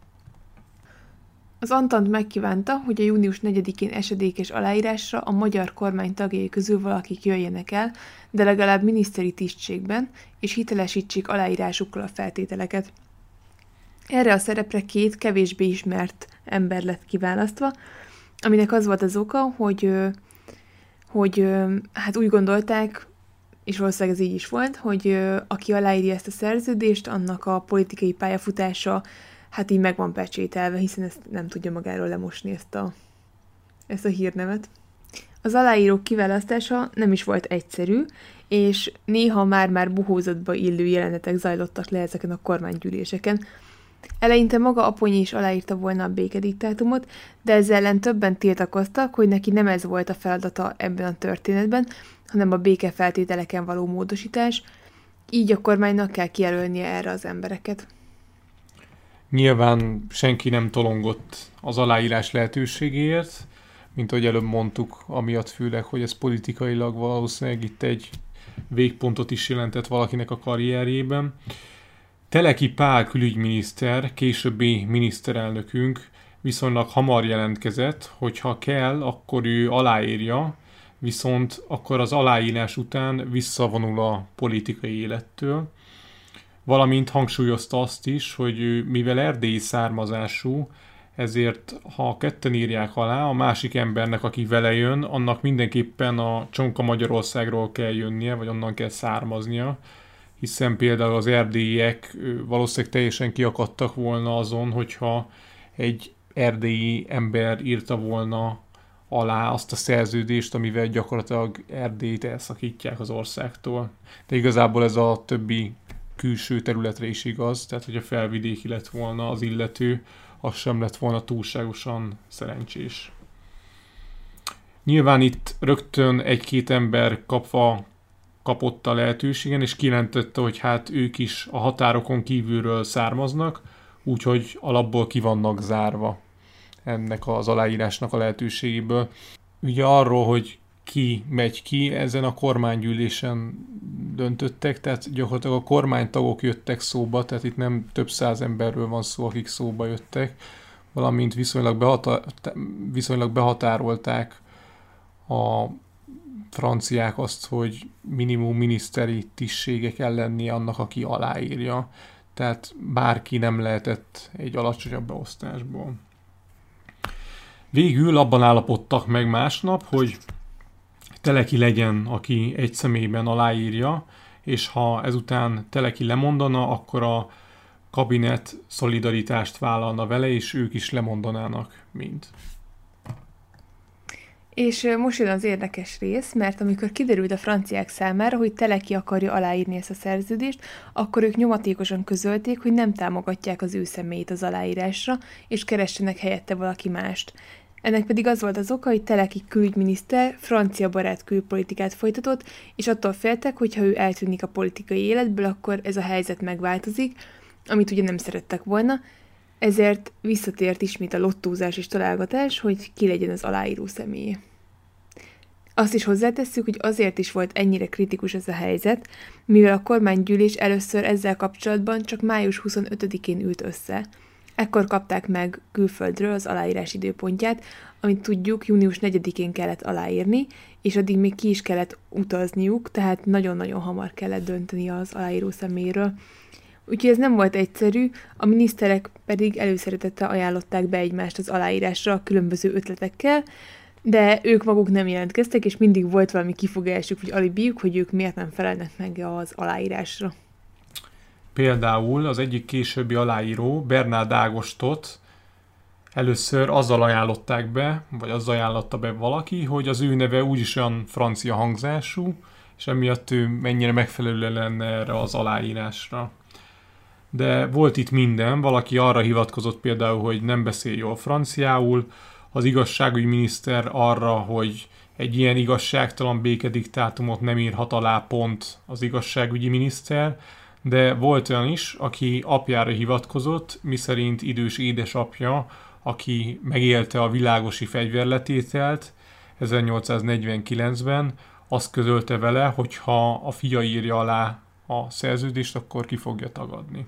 Az Antant megkívánta, hogy a június 4-én esedékes aláírásra a magyar kormány tagjai közül valakik jöjjenek el, de legalább miniszteri tisztségben, és hitelesítsék aláírásukkal a feltételeket. Erre a szerepre 2 kevésbé ismert ember lett kiválasztva, aminek az volt az oka, hogy hát úgy gondolták, és valószínűleg ez így is volt, hogy aki aláírja ezt a szerződést, annak a politikai pályafutása hát így meg van pecsételve, hiszen ezt nem tudja magáról lemosni ezt a hírnevet. Az aláírók kiválasztása nem is volt egyszerű, és néha már buhózatba illő jelenetek zajlottak le ezeken a kormánygyűléseken. Eleinte maga Aponyi is aláírta volna a békediktátumot, de ezzel ellen többen tiltakoztak, hogy neki nem ez volt a feladata ebben a történetben, hanem a békefeltételeken való módosítás, így a kormánynak kell kijelölnie erre az embereket. Nyilván senki nem tolongott az aláírás lehetőségéért, mint ahogy előbb mondtuk, amiatt főleg, hogy ez politikailag valószínűleg itt egy végpontot is jelentett valakinek a karrierjében. Teleki Pál külügyminiszter, későbbi miniszterelnökünk viszonylag hamar jelentkezett, hogy ha kell, akkor ő aláírja, viszont akkor az aláírás után visszavonul a politikai élettől, valamint hangsúlyozta azt is, hogy ő, mivel erdélyi származású, ezért ha ketten írják alá, a másik embernek, aki vele jön, annak mindenképpen a Csonka Magyarországról kell jönnie, vagy onnan kell származnia, hiszen például az erdélyiek valószínűleg teljesen kiakadtak volna azon, hogyha egy erdélyi ember írta volna alá azt a szerződést, amivel gyakorlatilag Erdélyt elszakítják az országtól. De igazából ez a többi külső területre is igaz, tehát hogyha felvidéki lett volna az illető, az sem lett volna túlságosan szerencsés. Nyilván itt rögtön egy-két ember kapott a lehetőségen, és kijelentette, hogy hát ők is a határokon kívülről származnak, úgyhogy alapból ki vannak zárva ennek az aláírásnak a lehetőségéből. Ugye arról, hogy ki megy ki, ezen a kormánygyűlésen döntöttek, tehát gyakorlatilag a kormánytagok jöttek szóba, tehát itt nem több száz emberről van szó, akik szóba jöttek, valamint viszonylag behatárolták a franciák azt, hogy minimum miniszteri tisztsége kell lennie annak, aki aláírja. Tehát bárki nem lehetett egy alacsonyabb beosztásból. Végül abban állapodtak meg másnap, hogy Teleki legyen, aki egy személyben aláírja, és ha ezután Teleki lemondana, akkor a kabinet szolidaritást vállalna vele, és ők is lemondanának mind. És most jön az érdekes rész, mert amikor kiderült a franciák számára, hogy Teleki akarja aláírni ezt a szerződést, akkor ők nyomatékosan közölték, hogy nem támogatják az ő személyét az aláírásra, és keressenek helyette valaki mást. Ennek pedig az volt az oka, hogy Teleki külügyminiszter francia barát külpolitikát folytatott, és attól féltek, hogy ha ő eltűnik a politikai életből, akkor ez a helyzet megváltozik, amit ugye nem szerettek volna, ezért visszatért ismét a lottózás és találgatás, hogy ki legyen az aláíró személye. Azt is hozzátesszük, hogy azért is volt ennyire kritikus ez a helyzet, mivel a kormánygyűlés először ezzel kapcsolatban csak május 25-én ült össze. Ekkor kapták meg külföldről az aláírás időpontját, amit tudjuk, június 4-én kellett aláírni, és addig még ki is kellett utazniuk, tehát nagyon-nagyon hamar kellett dönteni az aláíró személyről. Úgyhogy ez nem volt egyszerű, a miniszterek pedig előszeretettel ajánlották be egymást az aláírásra a különböző ötletekkel, de ők maguk nem jelentkeztek, és mindig volt valami kifogásuk, vagy alibiuk, hogy ők miért nem felelnek meg az aláírásra. Például az egyik későbbi aláíró, Bernard Ágostot először azzal ajánlották be, vagy azzal ajánlotta be valaki, hogy az ő neve úgyis olyan francia hangzású, és emiatt ő mennyire megfelelő lenne erre az aláírásra. De volt itt minden, valaki arra hivatkozott például, hogy nem beszél jól franciául, az igazságügyi miniszter arra, hogy egy ilyen igazságtalan békediktátumot nem írhat alá pont az igazságügyi miniszter, de volt olyan is, aki apjára hivatkozott, miszerint idős édesapja, aki megélte a világosi fegyverletételt 1849-ben, azt közölte vele, hogy ha a fia írja alá a szerződést, akkor ki fogja tagadni.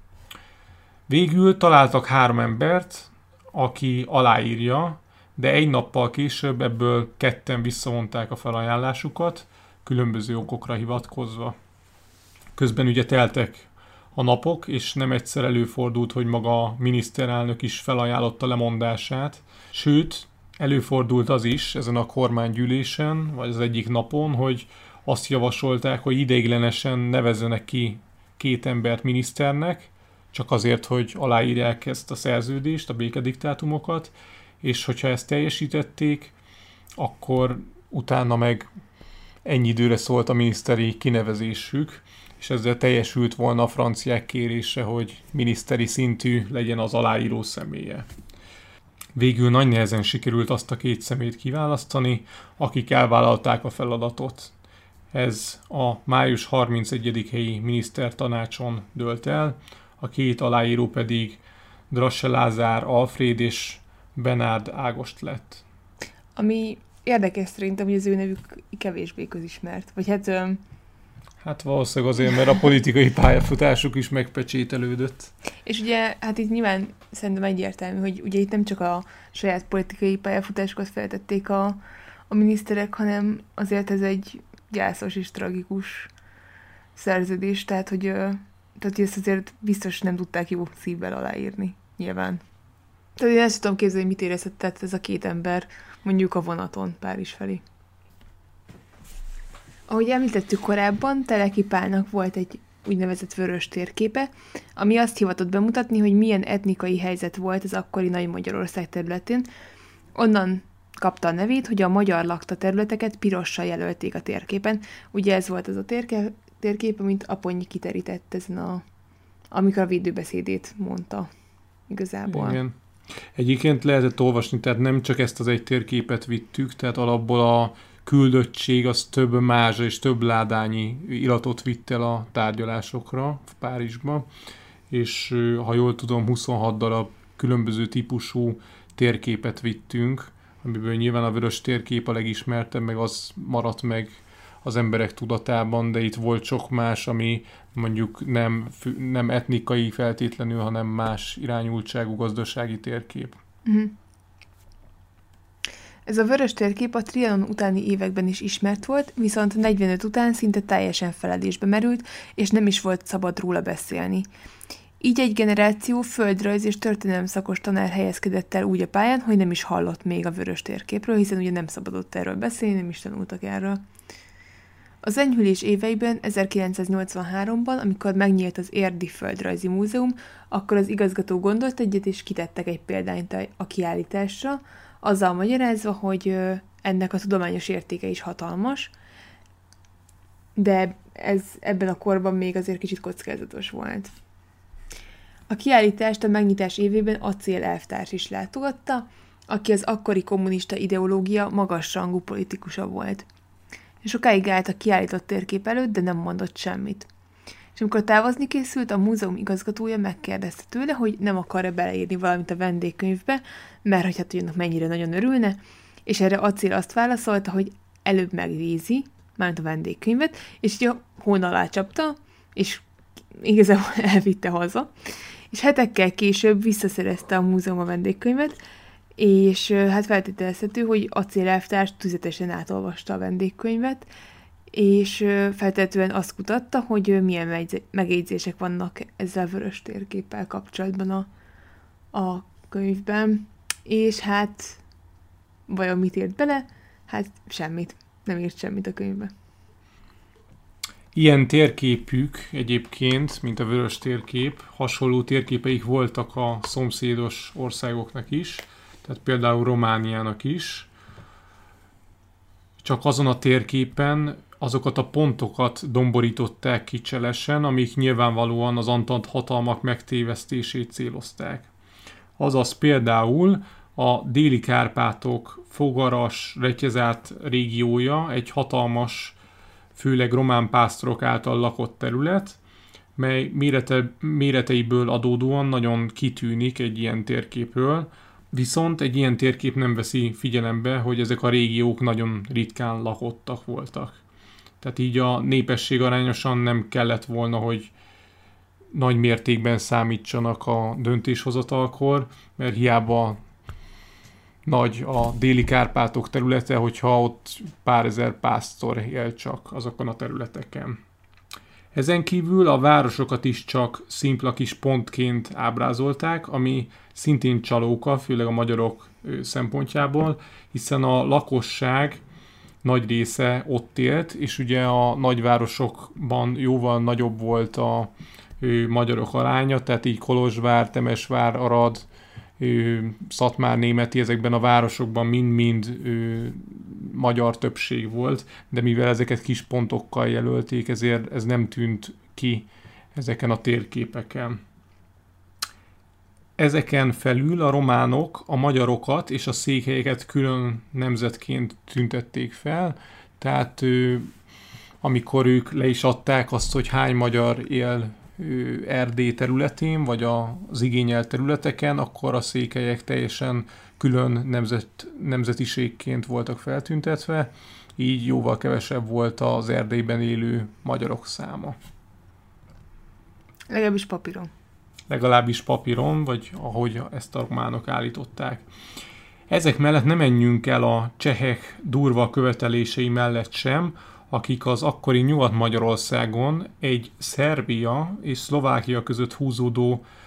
Végül találtak 3 embert, aki aláírja, de egy nappal később ebből 2 visszavonták a felajánlásukat, különböző okokra hivatkozva. Közben ugye teltek a napok, és nem egyszer előfordult, hogy maga a miniszterelnök is felajánlotta lemondását, sőt, előfordult az is ezen a kormánygyűlésen, vagy az egyik napon, hogy azt javasolták, hogy ideiglenesen nevezzenek ki 2 embert miniszternek, csak azért, hogy aláírják ezt a szerződést, a békediktátumokat, és hogyha ezt teljesítették, akkor utána meg ennyi időre szólt a miniszteri kinevezésük, és ezzel teljesült volna a franciák kérése, hogy miniszteri szintű legyen az aláíró személye. Végül nagy nehezen sikerült azt a 2 személyt kiválasztani, akik elvállalták a feladatot. Ez a május 31-i minisztertanácson dőlt el, a 2 aláíró pedig Drasse Lázár Alfréd és Bernard Ágost lett. Ami érdekes szerintem, hogy az ő nevük kevésbé közismert. Vagy Hát valószínűleg azért, mert a politikai pályafutásuk is megpecsételődött. És ugye, hát itt nyilván szerintem egyértelmű, hogy ugye itt nem csak a saját politikai pályafutásukat feltették a miniszterek, hanem azért ez egy gyászos és tragikus szerződés, tehát hogy ezt azért biztos nem tudták jó szívvel aláírni, nyilván. Tehát én ezt tudom képzelni, mit érezhetett ez a két ember mondjuk a vonaton Párizs felé. Ahogy említettük korábban, Teleki Pálnak volt egy úgynevezett vörös térképe, ami azt hivatott bemutatni, hogy milyen etnikai helyzet volt az akkori Nagy Magyarország területén. Onnan kapta a nevét, hogy a magyar lakta területeket pirossal jelölték a térképen. Ugye ez volt az a térkép, amit Aponyi kiterített ezen amikor a védőbeszédét mondta igazából. Igen. Egyébként lehetett olvasni, tehát nem csak ezt az egy térképet vittük, tehát alapból a küldöttség az több mázsa és több ládányi iratot vitt el a tárgyalásokra Párizsba, és ha jól tudom, 26 darab különböző típusú térképet vittünk, amiből nyilván a vörös térkép a legismertebb, meg az maradt meg az emberek tudatában, de itt volt sok más, ami mondjuk nem etnikai feltétlenül, hanem más irányultságú gazdasági térkép. Uh-huh. Ez a vörös térkép a Trianon utáni években is ismert volt, viszont 45 után szinte teljesen feledésbe merült, és nem is volt szabad róla beszélni. Így egy generáció földrajz és történelem szakos tanár helyezkedett el úgy a pályán, hogy nem is hallott még a vörös térképről, hiszen ugye nem szabadott erről beszélni, nem is tanultak erről. Az enyhülés éveiben, 1983-ban, amikor megnyílt az Érdi Földrajzi Múzeum, akkor az igazgató gondolt egyet, és kitettek egy példányt a kiállításra, azzal magyarázva, hogy ennek a tudományos értéke is hatalmas, de ez ebben a korban még azért kicsit kockázatos volt. A kiállítást a megnyitás évében Acél elvtárs is látogatta, aki az akkori kommunista ideológia magasrangú politikusa volt. Sokáig állt a kiállított térkép előtt, de nem mondott semmit. És amikor távozni készült, a múzeum igazgatója megkérdezte tőle, hogy nem akar-e beleírni valamit a vendégkönyvbe, mert hogy hát annak mennyire nagyon örülne, és erre Acél azt válaszolta, hogy előbb megnézi, mármint a vendégkönyvet, és így a hón alá csapta, és igazából elvitte haza. És hetekkel később visszaszerezte a múzeum a vendégkönyvet, és hát feltételezhető, hogy Acél elvtárs tüzetesen átolvasta a vendégkönyvet, és feltétlenül azt kutatta, hogy milyen megjegyzések vannak ezzel a vörös térképpel kapcsolatban a könyvben, és hát vajon mit írt bele? Hát semmit. Nem írt semmit a könyvbe. Ilyen térképük egyébként, mint a vörös térkép, hasonló térképeik voltak a szomszédos országoknak is, tehát például Romániának is. Csak azon a térképen azokat a pontokat domborították ki cselesen, amik nyilvánvalóan az antant hatalmak megtévesztését célozták. Azaz például a déli Kárpátok Fogaras, Retyezát régiója egy hatalmas, főleg román pásztorok által lakott terület, mely méreteiből adódóan nagyon kitűnik egy ilyen térképről, viszont egy ilyen térkép nem veszi figyelembe, hogy ezek a régiók nagyon ritkán lakottak voltak. Tehát így a népesség arányosan nem kellett volna, hogy nagy mértékben számítsanak a döntéshozatalkor, mert hiába nagy a déli Kárpátok területe, hogyha ott pár ezer pásztor él csak azokon a területeken. Ezen kívül a városokat is csak szimpla kis pontként ábrázolták, ami szintén csalóka, főleg a magyarok szempontjából, hiszen a lakosság nagy része ott élt, és ugye a nagyvárosokban jóval nagyobb volt a magyarok aránya, tehát így Kolozsvár, Temesvár, Arad, Szatmárnémeti, ezekben a városokban mind-mind magyar többség volt, de mivel ezeket kis pontokkal jelölték, ezért ez nem tűnt ki ezeken a térképeken. Ezeken felül a románok a magyarokat és a székelyeket külön nemzetként tüntették fel, tehát amikor ők le is adták azt, hogy hány magyar él Erdély területén, vagy az igényelt területeken, akkor a székelyek teljesen külön nemzetiségként voltak feltüntetve, így jóval kevesebb volt az Erdélyben élő magyarok száma. Legalábbis papíron. Legalábbis papíron, vagy ahogy ezt a románok állították. Ezek mellett nem menjünk el a csehek durva követelései mellett sem, akik az akkori Nyugat-Magyarországon egy Szerbia és Szlovákia között húzódó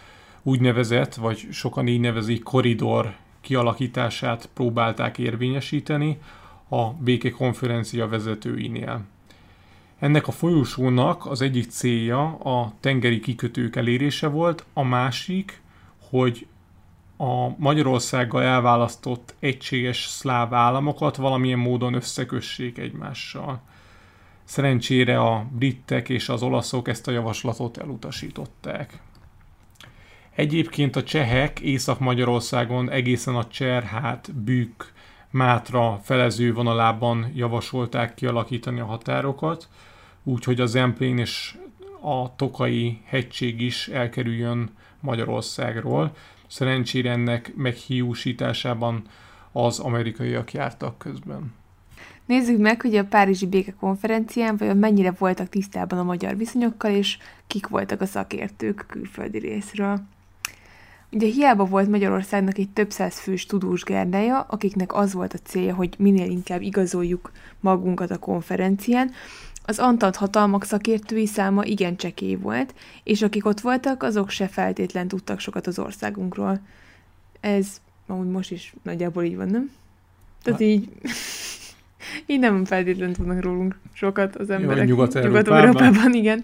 úgynevezett, vagy sokan így nevezik, korridor kialakítását próbálták érvényesíteni a békekonferencia vezetőinél. Ennek a folyosónak az egyik célja a tengeri kikötők elérése volt, a másik, hogy a Magyarországgal elválasztott egységes szláv államokat valamilyen módon összekössék egymással. Szerencsére a britek és az olaszok ezt a javaslatot elutasították. Egyébként a csehek Észak-Magyarországon egészen a Cserhát, Bükk, Mátra felező vonalában javasolták kialakítani a határokat, úgyhogy a Zemplén és a Tokai hegység is elkerüljön Magyarországról. Szerencsére ennek meghiúsításában az amerikaiak jártak közben. Nézzük meg, hogy a Párizsi békekonferencián vajon mennyire voltak tisztában a magyar viszonyokkal, és kik voltak a szakértők külföldi részről. Ugye hiába volt Magyarországnak egy több száz fős tudós gárdája, akiknek az volt a célja, hogy minél inkább igazoljuk magunkat a konferencián, az Antant hatalmak szakértői száma igen csekély volt, és akik ott voltak, azok se feltétlen tudtak sokat az országunkról. Ez amúgy most is nagyjából így van, nem? Tehát így nem feltétlenül tudnak rólunk sokat az emberek. Nyugat-Európában, igen.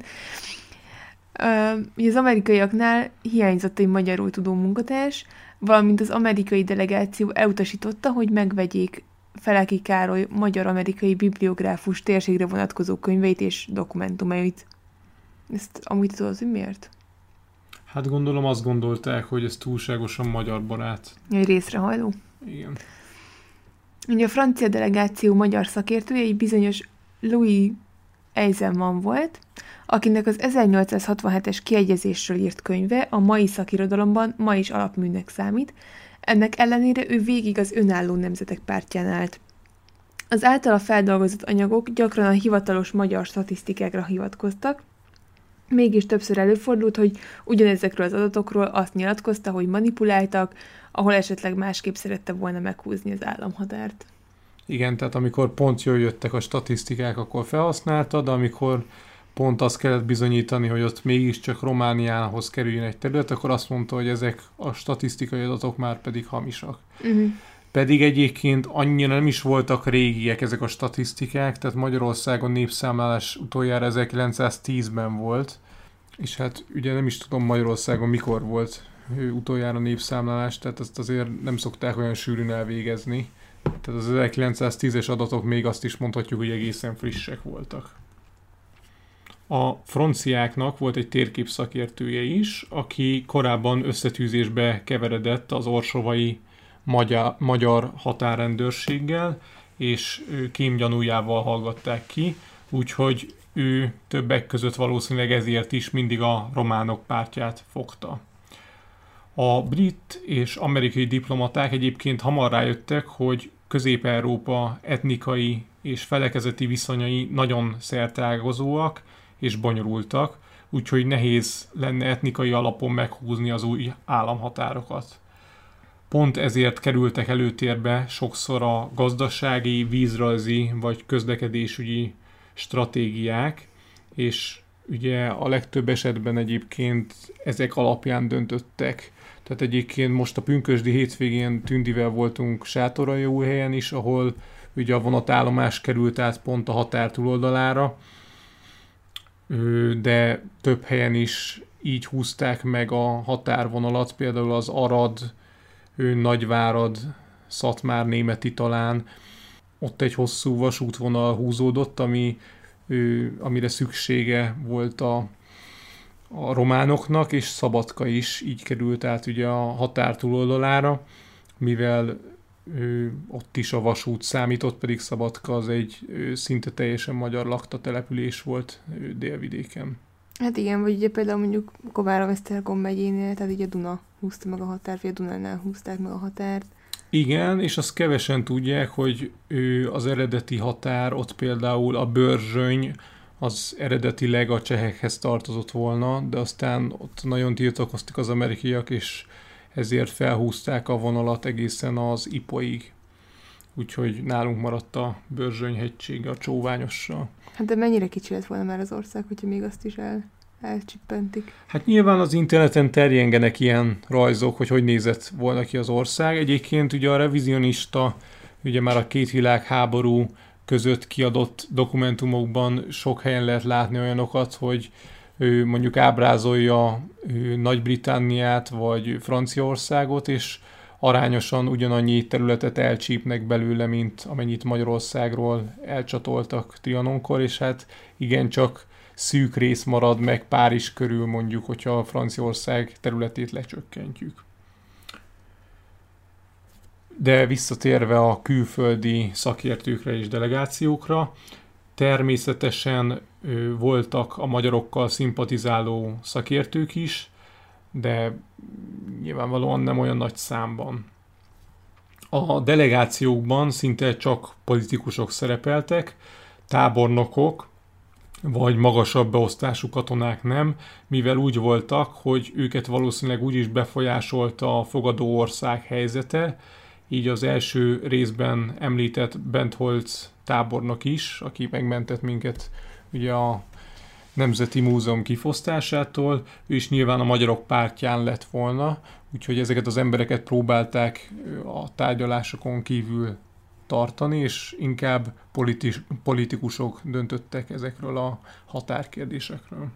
Az amerikaiaknál hiányzott egy magyarul tudó munkatárs, valamint az amerikai delegáció elutasította, hogy megvegyék Feleki Károly magyar-amerikai bibliográfus térségre vonatkozó könyveit és dokumentumait. Ezt amúgy tudod, hogy miért? Hát gondolom azt gondolták, hogy ez túlságosan magyar barát. Egy részrehajló? Igen. Ugye a francia delegáció magyar szakértője egy bizonyos Louis Eisenman volt, akinek az 1867-es kiegyezésről írt könyve a mai szakirodalomban ma is alapműnek számít, ennek ellenére ő végig az önálló nemzetek pártján állt. Az általa feldolgozott anyagok gyakran a hivatalos magyar statisztikákra hivatkoztak, mégis többször előfordult, hogy ugyanezekről az adatokról azt nyilatkozta, hogy manipuláltak, ahol esetleg másképp szerette volna meghúzni az államhatárt. Igen, tehát amikor pont jól jöttek a statisztikák, akkor felhasználtad, de amikor pont azt kellett bizonyítani, hogy ott mégiscsak Romániához kerüljön egy terület, akkor azt mondta, hogy ezek a statisztikai adatok már pedig hamisak. Pedig egyébként annyira nem is voltak régiek ezek a statisztikák, tehát Magyarországon népszámlálás utoljára 1910-ben volt, és hát ugye nem is tudom Magyarországon mikor volt utoljára népszámlálás, tehát ezt azért nem szokták olyan sűrűn elvégezni. Tehát az 1910-es adatok még azt is mondhatjuk, hogy egészen frissek voltak. A franciáknak volt egy térképszakértője is, aki korábban összetűzésbe keveredett az orsovai magyar határrendőrséggel, és kémgyanújával hallgatták ki, úgyhogy ő többek között valószínűleg ezért is mindig a románok pártját fogta. A brit és amerikai diplomaták egyébként hamar rájöttek, hogy Közép-Európa etnikai és felekezeti viszonyai nagyon szerteágazóak és bonyolultak, úgyhogy nehéz lenne etnikai alapon meghúzni az új államhatárokat. Pont ezért kerültek előtérbe sokszor a gazdasági, vízrajzi vagy közlekedésügyi stratégiák, és ugye a legtöbb esetben egyébként ezek alapján döntöttek. Tehát egyébként most a pünkösdi hétvégén Tündivel voltunk Sátoraljaújhelyen is, ahol ugye a vonatállomás került át pont a határ túloldalára, de több helyen is így húzták meg a határvonalat, például az Arad, Nagyvárad, Szatmár németi talán, ott egy hosszú vasútvonal húzódott, amire szüksége volt a románoknak, és Szabadka is így került át ugye a határ túloldalára, mivel ott is a vasút számított, pedig Szabadka az egy szinte teljesen magyar lakta település volt délvidéken. Hát igen, vagy ugye például mondjuk Komárom-Esztergom megyénél, tehát ugye a Duna húzta meg a határt, vagy a Dunánál húzták meg a határt. Igen, és azt kevesen tudják, hogy az eredeti határ, ott például a Börzsöny, az eredetileg a csehekhez tartozott volna, de aztán ott nagyon tiltakoztak az amerikaiak, és ezért felhúzták a vonalat egészen az Ipoig. Úgyhogy nálunk maradt a Börzsöny hegység a Csóványossal. Hát de mennyire kicsi lett volna már az ország, hogyha még azt is elcsippentik. Hát nyilván az interneten terjengenek ilyen rajzok, hogy nézett volna ki az ország. Egyébként ugye a revizionista, ugye már a két világháború között kiadott dokumentumokban sok helyen lehet látni olyanokat, hogy ő mondjuk ábrázolja Nagy-Britanniát vagy Franciaországot, és arányosan ugyanannyi területet elcsípnek belőle, mint amennyit Magyarországról elcsatoltak Trianonkor, és hát igencsak szűk rész marad meg Párizs körül mondjuk, hogyha a Franciaország területét lecsökkentjük. De visszatérve a külföldi szakértőkre és delegációkra, természetesen voltak a magyarokkal szimpatizáló szakértők is, de nyilvánvalóan nem olyan nagy számban. A delegációkban szinte csak politikusok szerepeltek, tábornokok, vagy magasabb beosztású katonák nem, mivel úgy voltak, hogy őket valószínűleg úgy is befolyásolta a fogadó ország helyzete, így az első részben említett Bentholz tábornok is, aki megmentett minket ugye a Nemzeti Múzeum kifosztásától, ő is nyilván a magyarok pártján lett volna, úgyhogy ezeket az embereket próbálták a tárgyalásokon kívül tartani, és inkább politikusok döntöttek ezekről a határkérdésekről.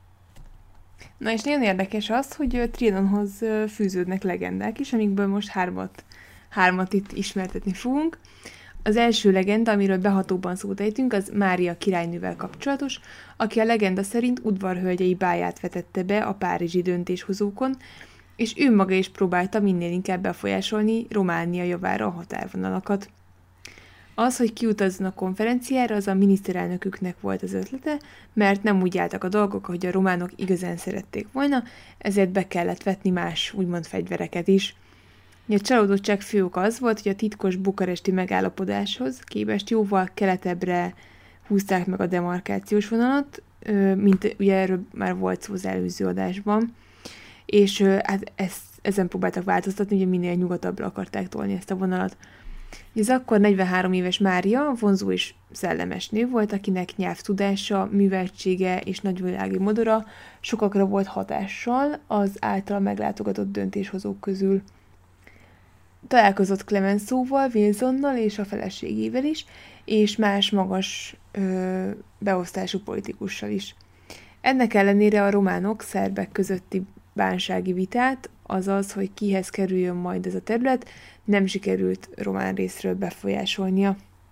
Na és nagyon érdekes az, hogy Trianonhoz fűződnek legendák is, amikből most hármat itt ismertetni fogunk. Az első legenda, amiről behatóban szót ejtünk, az Mária királynővel kapcsolatos, aki a legenda szerint udvarhölgyei báját vetette be a párizsi döntéshozókon, és ő maga is próbálta minél inkább befolyásolni Románia javára a határvonalakat. Az, hogy kiutazzon a konferenciára, az a miniszterelnöküknek volt az ötlete, mert nem úgy álltak a dolgok, hogy a románok igazán szerették volna, ezért be kellett vetni más, úgymond fegyvereket is. A csalódottság fő oka az volt, hogy a titkos bukaresti megállapodáshoz képest jóval keletebbre húzták meg a demarkációs vonalat, mint ugye erről már volt szó az előző adásban, és hát ezen próbáltak változtatni, ugye minél nyugatabbra akarták tolni ezt a vonalat. Az akkor 43 éves Mária vonzó és szellemes nő volt, akinek nyelvtudása, műveltsége és nagyvilági modora sokakra volt hatással az általa meglátogatott döntéshozók közül. Találkozott Clemenceauval, Wilsonnal és a feleségével is, és más magas beosztású politikussal is. Ennek ellenére a románok szerbek közötti bánsági vitát, azaz, hogy kihez kerüljön majd ez a terület, nem sikerült román részről befolyásolnia.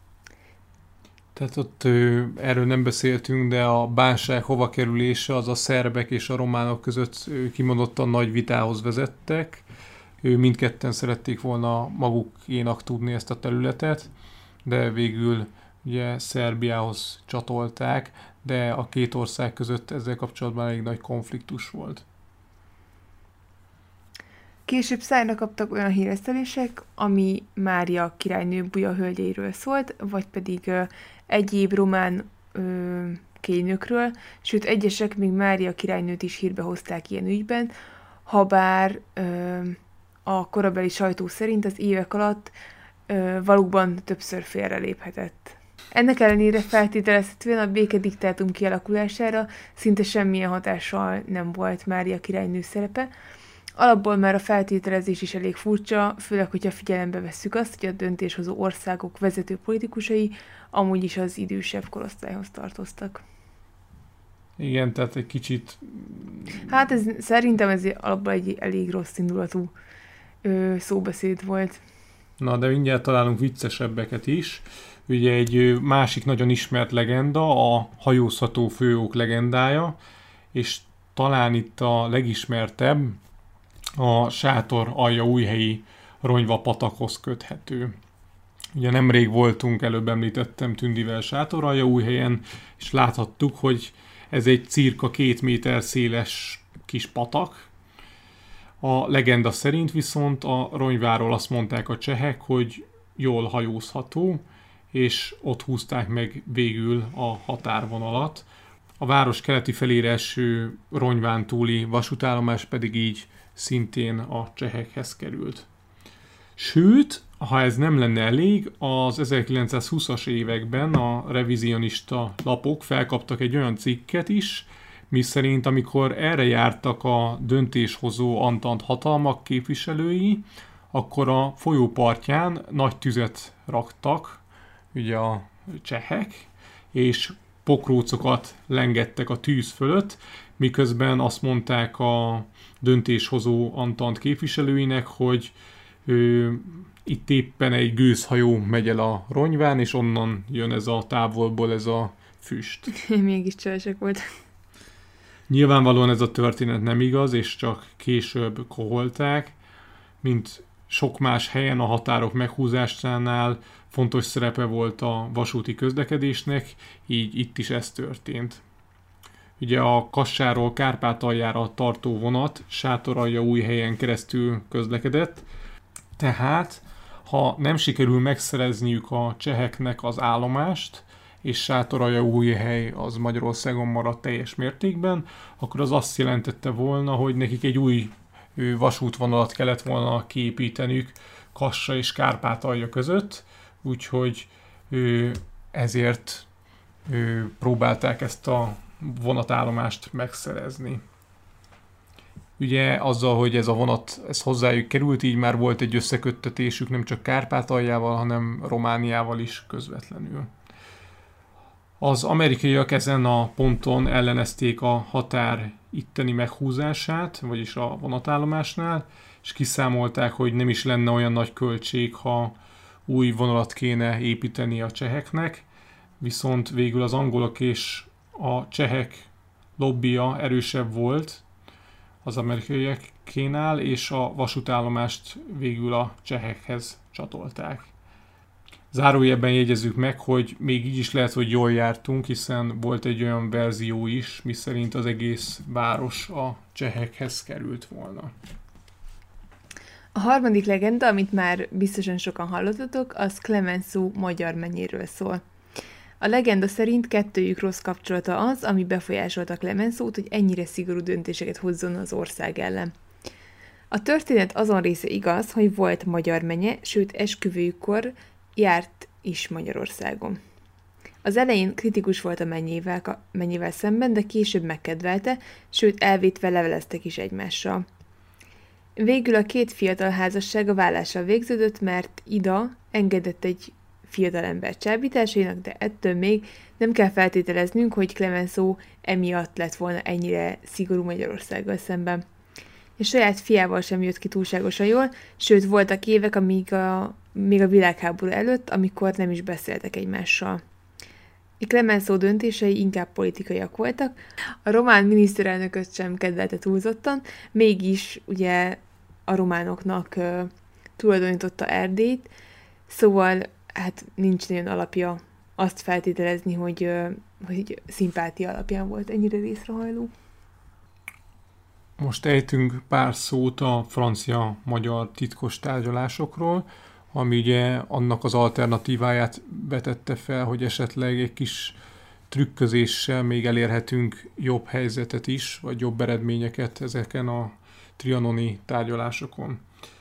Tehát ott erről nem beszéltünk, de a bánság hova kerülése az a szerbek és a románok között kimondottan nagy vitához vezettek. Mindketten szerették volna magukénak tudni ezt a területet, de végül ugye Szerbiához csatolták, de a két ország között ezzel kapcsolatban elég nagy konfliktus volt. Később szájra kaptak olyan híresztelések, ami Mária királynő buja hölgyeiről szólt, vagy pedig egyéb román kénynökről, sőt egyesek még Mária királynőt is hírbe hozták ilyen ügyben, habár a korabeli sajtó szerint az évek alatt valóban többször félreléphetett. Ennek ellenére feltételezhetően a békediktátum kialakulására szinte semmilyen hatással nem volt Mária királynő szerepe. Alapból már a feltételezés is elég furcsa, főleg, hogyha figyelembe vesszük azt, hogy a döntéshozó országok vezető politikusai amúgy is az idősebb korosztályhoz tartoztak. Igen, tehát egy kicsit... Hát szerintem ez alapból egy elég rossz indulatú szóbeszéd volt. Na, de mindjárt találunk viccesebbeket is. Ugye egy másik nagyon ismert legenda, a hajózható főók legendája, és talán itt a legismertebb a Sátor aljaújhelyi Ronyva-patakhoz köthető. Ugye nemrég voltunk, előbb említettem Tündivel Sátor aljaújhelyen, és láthattuk, hogy ez egy cirka 2 méter széles kis patak. A legenda szerint viszont a Ronyváról azt mondták a csehek, hogy jól hajózható, és ott húzták meg végül a határvonalat. A város keleti felére eső Ronyván túli vasútállomás pedig így szintén a csehekhez került. Sőt, ha ez nem lenne elég, az 1920-as években a revizionista lapok felkaptak egy olyan cikket is, miszerint amikor erre jártak a döntéshozó antant hatalmak képviselői, akkor a folyó partján nagy tüzet raktak, ugye a csehek, és pokrócokat lengettek a tűz fölött, miközben azt mondták a döntéshozó antant képviselőinek, hogy itt éppen egy gőzhajó megy el a Ronyván, és onnan jön ez a távolból ez a füst. Mégis csövesek volt. Nyilvánvalóan ez a történet nem igaz, és csak később koholták, mint sok más helyen a határok meghúzásánál fontos szerepe volt a vasúti közlekedésnek, így itt is ez történt. Ugye a Kassáról Kárpátaljára tartó vonat Sátoraljaújhelyen keresztül közlekedett, tehát ha nem sikerül megszerezniük a cseheknek az állomást, és Sátoraljaújhely az Magyarországon maradt teljes mértékben, akkor az azt jelentette volna, hogy nekik egy új vasútvonalat kellett volna kiépíteniük Kassa és Kárpátalja között, úgyhogy ezért próbálták ezt a vonatállomást megszerezni. Ugye azzal, hogy ez a vonat hozzájuk került, így már volt egy összeköttetésük nem csak Kárpátaljával, hanem Romániával is közvetlenül. Az amerikaiak ezen a ponton ellenezték a határ itteni meghúzását, vagyis a vonatállomásnál, és kiszámolták, hogy nem is lenne olyan nagy költség, ha új vonalat kéne építeni a cseheknek, viszont végül az angolok és a csehek lobbija erősebb volt az amerikaiakénál, és a vasútállomást végül a csehekhez csatolták. Zárójelben jegyezzük meg, hogy még így is lehet, hogy jól jártunk, hiszen volt egy olyan verzió is, miszerint az egész város a csehekhez került volna. A harmadik legenda, amit már biztosan sokan hallottatok, az Clemenceau magyar mennyéről szól. A legenda szerint kettőjük rossz kapcsolata az, ami befolyásolta Clemenceaut, hogy ennyire szigorú döntéseket hozzon az ország ellen. A történet azon része igaz, hogy volt magyar menye, sőt esküvőjükkor járt is Magyarországon. Az elején kritikus volt a mennyével szemben, de később megkedvelte, sőt elvétve leveleztek is egymással. Végül a két fiatal házassága vállással végződött, mert Ida engedett egy fiatalember csábításainak, de ettől még nem kell feltételeznünk, hogy Clemenceau emiatt lett volna ennyire szigorú Magyarországgal szemben. És saját fiával sem jött ki túlságosan jól, sőt voltak évek, még a világháború előtt, amikor nem is beszéltek egymással. Clemenceau döntései inkább politikaiak voltak, a román miniszterelnököt sem kedvelte túlzottan, mégis ugye a románoknak tulajdonította Erdélyt, szóval hát nincs nagyon alapja azt feltételezni, hogy szimpátia alapján volt ennyire részrehajló. Most ejtünk pár szót a francia-magyar titkos tárgyalásokról, ami ugye annak az alternatíváját vetette fel, hogy esetleg egy kis trükközéssel még elérhetünk jobb helyzetet is, vagy jobb eredményeket ezeken a trianoni tárgyalásokon.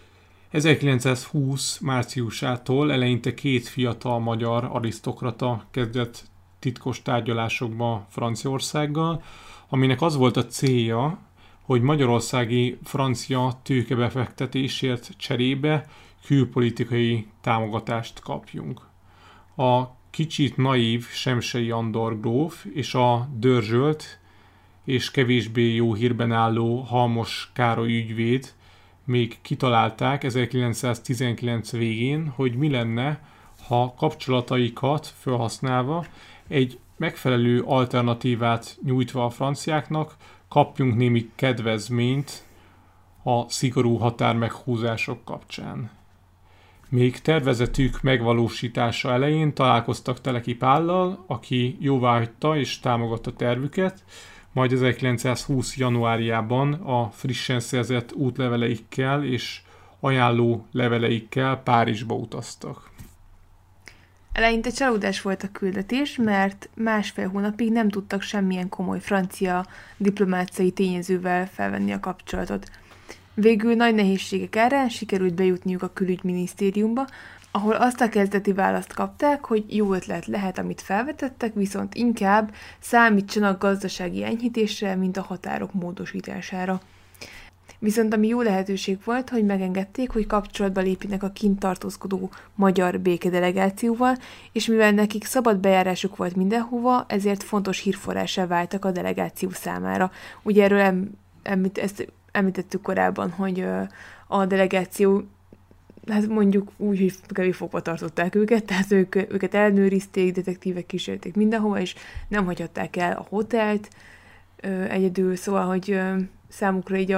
1920 márciusától eleinte két fiatal magyar arisztokrata kezdett titkos tárgyalásokba Franciaországgal, aminek az volt a célja, hogy magyarországi francia tőkebefektetésért cserébe külpolitikai támogatást kapjunk. A kicsit naív Semsey Andor gróf és a dörzsölt és kevésbé jó hírben álló Halmos Károly ügyvéd még kitalálták 1919 végén, hogy mi lenne, ha kapcsolataikat felhasználva egy megfelelő alternatívát nyújtva a franciáknak kapjunk némi kedvezményt a szigorú határmeghúzások kapcsán. Még tervezetük megvalósítása elején találkoztak Teleki Pállal, aki jóváhagyta és támogatta tervüket, majd 1920. januárjában a frissen szerzett útleveleikkel és ajánló leveleikkel Párizsba utaztak. Eleinte csalódás volt a küldetés, mert másfél hónapig nem tudtak semmilyen komoly francia diplomáciai tényezővel felvenni a kapcsolatot. Végül nagy nehézségek árán sikerült bejutniuk a külügyminisztériumba, ahol azt a kezdeti választ kapták, hogy jó ötlet lehet, amit felvetettek, viszont inkább számítsanak gazdasági enyhítésre, mint a határok módosítására. Viszont ami jó lehetőség volt, hogy megengedték, hogy kapcsolatba lépjenek a kint tartózkodó magyar békedelegációval, és mivel nekik szabad bejárásuk volt mindenhova, ezért fontos hírforrássá váltak a delegáció számára. Ugye erről ezt említettük korábban, hogy a delegáció, hát mondjuk úgy, hogy kevés fogva tartották őket, tehát őket ellenőrizték, detektívek kísérték mindenhova, és nem hagyhatták el a hotelt egyedül, szóval, hogy számukra így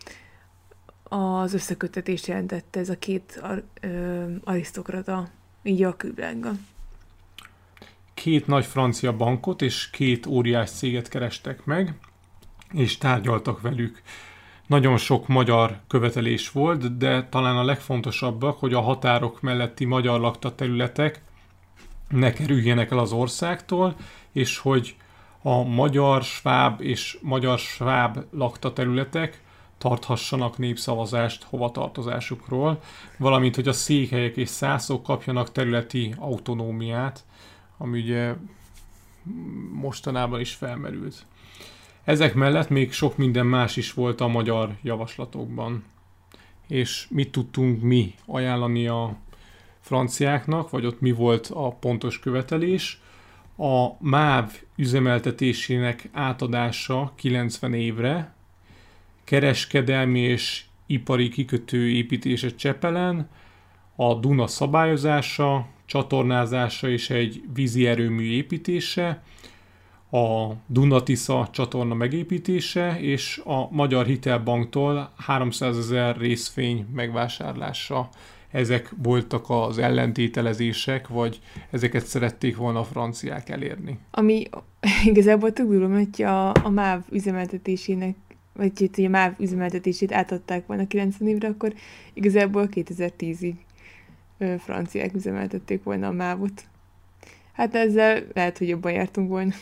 az összeköttetést jelentette ez a két arisztokrata így a külvilágban. 2 nagy francia bankot és 2 óriás céget kerestek meg, és tárgyaltak velük. Nagyon sok magyar követelés volt, de talán a legfontosabbak, hogy a határok melletti magyar lakta területek ne kerüljenek el az országtól, és hogy a magyar, sváb és magyar-sváb lakta területek tarthassanak népszavazást hovatartozásukról, valamint, hogy a székhelyek és szászok kapjanak területi autonómiát, ami ugye mostanában is felmerült. Ezek mellett még sok minden más is volt a magyar javaslatokban. És mit tudtunk mi ajánlani a franciáknak, vagy ott mi volt a pontos követelés? A MÁV üzemeltetésének átadása 90 évre, kereskedelmi és ipari kikötő építése Csepelen, a Duna szabályozása, csatornázása és egy vízi erőmű építése, a Duna-Tisza csatorna megépítése és a Magyar Hitelbanktól 300 000 részvény megvásárlása. Ezek voltak az ellentételezések, vagy ezeket szerették volna a franciák elérni. Ami igazából tök durva, hogy a MÁV üzemeltetésének, vagy itt a MÁV üzemeltetését átadták volna 90 évre, akkor igazából 2010-ig franciák üzemeltették volna a MÁV-ot. Hát ezzel lehet, hogy jobban jártunk volna.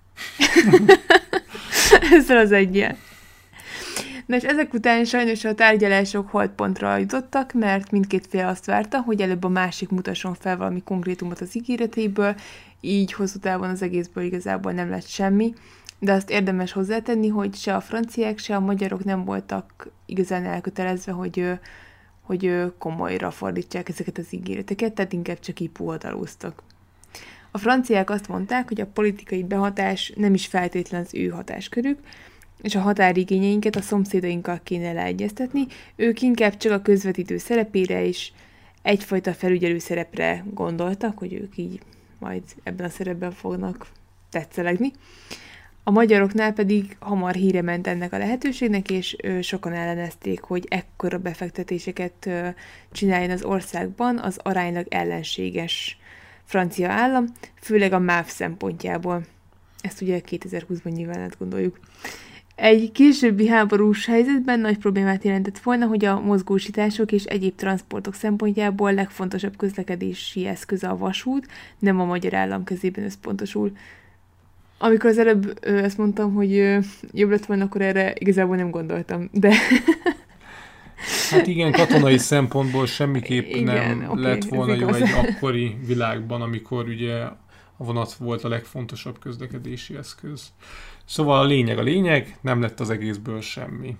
Ezzel az egyen. Na és ezek után sajnos a tárgyalások holdpontra jutottak, mert mindkét fél azt várta, hogy előbb a másik mutasson fel valami konkrétumot az ígéreteiből, így hosszú távon az egészből igazából nem lett semmi, de azt érdemes hozzátenni, hogy se a franciák, se a magyarok nem voltak igazán elkötelezve, hogy komolyra fordítsák ezeket az ígéreteket, tehát inkább csak így puhatalóztak. A franciák azt mondták, hogy a politikai behatás nem is feltétlen az ő hatáskörük, és a határigényeinket a szomszédainkkal kéne leegyeztetni, ők inkább csak a közvetítő szerepére és egyfajta felügyelő szerepre gondoltak, hogy ők így majd ebben a szerepben fognak tetszelegni. A magyaroknál pedig hamar híre ment ennek a lehetőségnek, és sokan ellenezték, hogy ekkora befektetéseket csináljon az országban az aránylag ellenséges francia állam, főleg a MÁV szempontjából. Ezt ugye 2020-ban nyilván átgondoljuk. Egy későbbi háborús helyzetben nagy problémát jelentett volna, hogy a mozgósítások és egyéb transportok szempontjából legfontosabb közlekedési eszköz a vasút, nem a magyar állam kezében összpontosul. Amikor az előbb ezt mondtam, hogy jobb lett volna, akkor erre igazából nem gondoltam, de... Hát igen, katonai szempontból semmiképp igen, nem lett volna jó egy akkori világban, amikor ugye a vonat volt a legfontosabb közlekedési eszköz. Szóval a lényeg, nem lett az egészből semmi.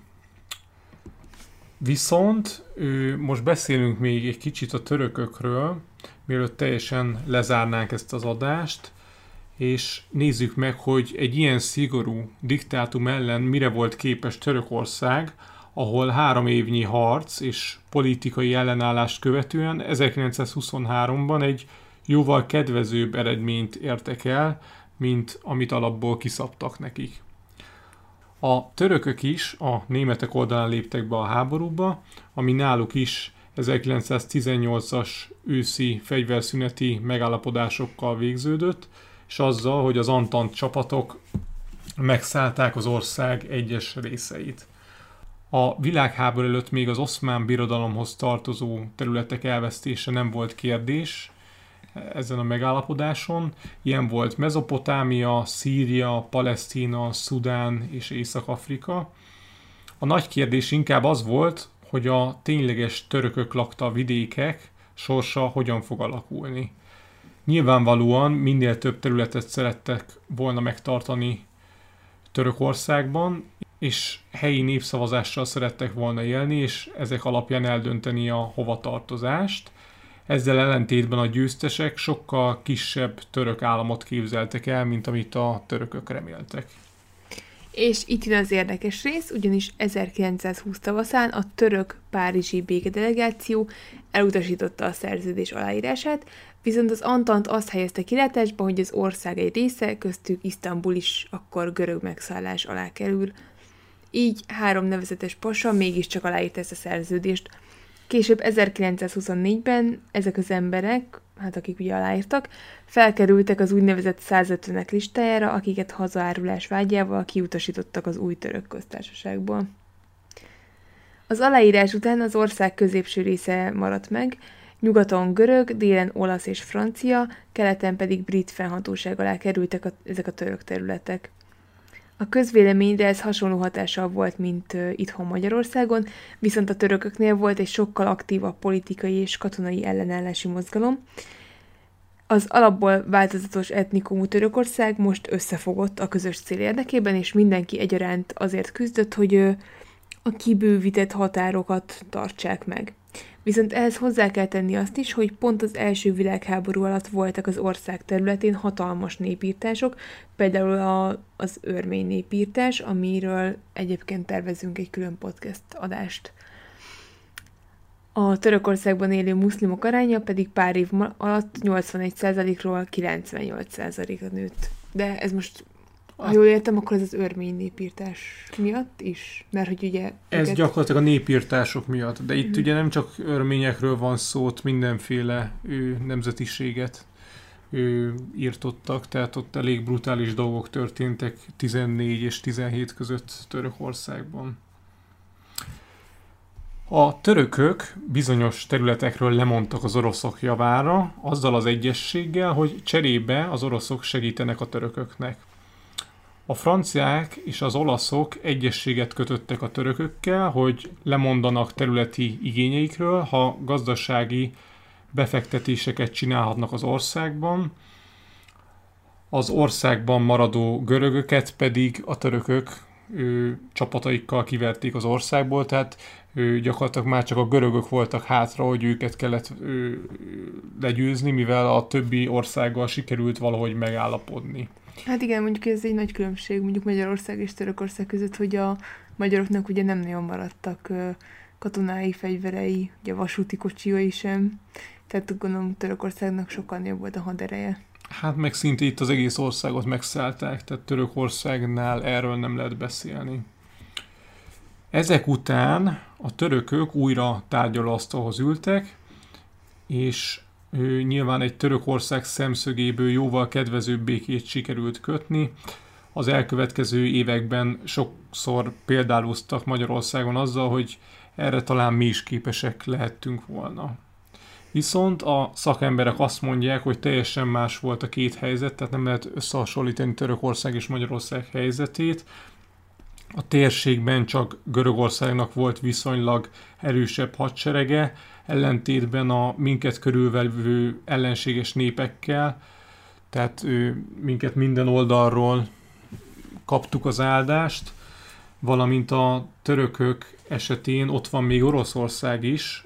Viszont most beszélünk még egy kicsit a törökökről, mielőtt teljesen lezárnánk ezt az adást, és nézzük meg, hogy egy ilyen szigorú diktátum ellen mire volt képes Törökország, ahol 3 évnyi harc és politikai ellenállást követően 1923-ban egy jóval kedvezőbb eredményt értek el, mint amit alapból kiszabtak nekik. A törökök is a németek oldalán léptek be a háborúba, ami náluk is 1918-as őszi fegyverszüneti megállapodásokkal végződött, és azzal, hogy az Antant csapatok megszállták az ország egyes részeit. A világháború előtt még az Oszmán Birodalomhoz tartozó területek elvesztése nem volt kérdés ezen a megállapodáson. Ilyen volt Mezopotámia, Szíria, Palesztina, Szudán és Észak-Afrika. A nagy kérdés inkább az volt, hogy a tényleges törökök lakta vidékek sorsa hogyan fog alakulni. Nyilvánvalóan minél több területet szerettek volna megtartani Törökországban, és helyi népszavazással szerettek volna élni, és ezek alapján eldönteni a hovatartozást. Ezzel ellentétben a győztesek sokkal kisebb török államot képzeltek el, mint amit a törökök reméltek. És itt jön az érdekes rész, ugyanis 1920 tavaszán a török párizsi békedelegáció elutasította a szerződés aláírását, viszont az Antant azt helyezte kilátásba, hogy az ország egy része, köztük Isztambul is akkor görög megszállás alá kerül. Így 3 nevezetes pasa mégiscsak aláírta ezt a szerződést. Később 1924-ben ezek az emberek, akik ugye aláírtak, felkerültek az úgynevezett 150-ek listájára, akiket hazaárulás vágyával kiutasítottak az új török köztársaságból. Az aláírás után az ország középső része maradt meg, nyugaton görög, délen olasz és francia, keleten pedig brit fennhatóság alá kerültek ezek a török területek. A közvéleményre ez hasonló hatással volt, mint itthon Magyarországon, viszont a törököknél volt egy sokkal aktívabb politikai és katonai ellenállási mozgalom. Az alapból változatos etnikumú Törökország most összefogott a közös cél érdekében, és mindenki egyaránt azért küzdött, hogy a kibővített határokat tartsák meg. Viszont ehhez hozzá kell tenni azt is, hogy pont az első világháború alatt voltak az ország területén hatalmas népírtások, például az örmény népírtás, amiről egyébként tervezünk egy külön podcast adást. A Törökországban élő muszlimok aránya pedig pár év alatt 81%-ról 98%-ra nőtt. De ez most, ha jól értem, akkor ez az örmény népírtás miatt is? Mert hogy ugye... Ez gyakorlatilag a népírtások miatt, de itt ugye nem csak örményekről van szó, ott mindenféle nemzetiséget írtottak, tehát ott elég brutális dolgok történtek 14 és 17 között Törökországban. A törökök bizonyos területekről lemondtak az oroszok javára, azzal az egyességgel, hogy cserébe az oroszok segítenek a törököknek. A franciák és az olaszok egyességet kötöttek a törökökkel, hogy lemondanak területi igényeikről, ha gazdasági befektetéseket csinálhatnak az országban. Az országban maradó görögöket pedig a törökök csapataikkal kiverték az országból, tehát gyakorlatilag már csak a görögök voltak hátra, hogy őket kellett legyőzni, mivel a többi országgal sikerült valahogy megállapodni. Hát igen, mondjuk ez egy nagy különbség mondjuk Magyarország és Törökország között, hogy a magyaroknak ugye nem nagyon maradtak katonái fegyverei, ugye vasúti kocsiai sem, tehát gondolom Törökországnak sokkal jobb volt a hadereje. Hát meg szinte itt az egész országot megszállták, tehát Törökországnál erről nem lehet beszélni. Ezek után a törökök újra tárgyalóasztalhoz ültek, és nyilván egy Törökország szemszögéből jóval kedvezőbb békét sikerült kötni. Az elkövetkező években sokszor példáloztak Magyarországon azzal, hogy erre talán mi is képesek lehettünk volna. Viszont a szakemberek azt mondják, hogy teljesen más volt a két helyzet, tehát nem lehet összehasonlítani Törökország és Magyarország helyzetét. A térségben csak Görögországnak volt viszonylag erősebb hadserege, ellentétben a minket körülvevő ellenséges népekkel, tehát minket minden oldalról kaptuk az áldást, valamint a törökök esetén ott van még Oroszország is,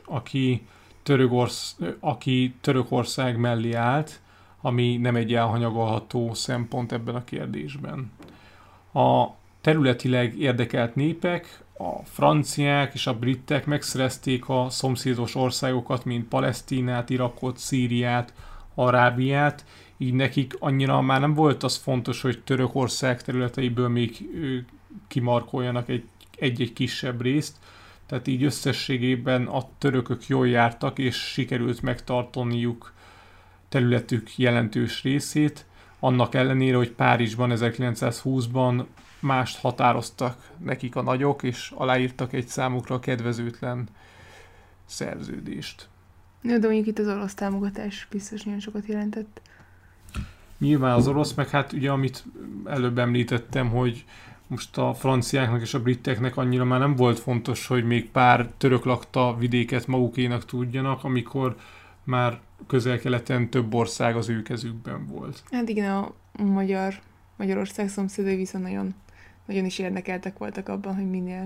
aki Törökország mellé állt, ami nem egy elhanyagolható szempont ebben a kérdésben. A területileg érdekelt népek, a franciák és a britek megszerezték a szomszédos országokat, mint Palesztinát, Irakot, Szíriát, Arábiát, így nekik annyira már nem volt az fontos, hogy Törökország területeiből még kimarkoljanak egy-egy kisebb részt, tehát így összességében a törökök jól jártak, és sikerült megtartaniuk területük jelentős részét, annak ellenére, hogy Párizsban 1920-ban mást határoztak nekik a nagyok, és aláírtak egy számukra kedvezőtlen szerződést. De mondjuk itt az orosz támogatás biztos nagyon sokat jelentett. Nyilván az orosz, meg hát ugye amit előbb említettem, hogy most a franciáknak és a briteknek annyira már nem volt fontos, hogy még pár török lakta vidéket magukénak tudjanak, amikor már közel-keleten több ország az ő kezükben volt. Hát igen, a Magyarország szomszédai viszont nagyon, nagyon is érdekeltek voltak abban, hogy minél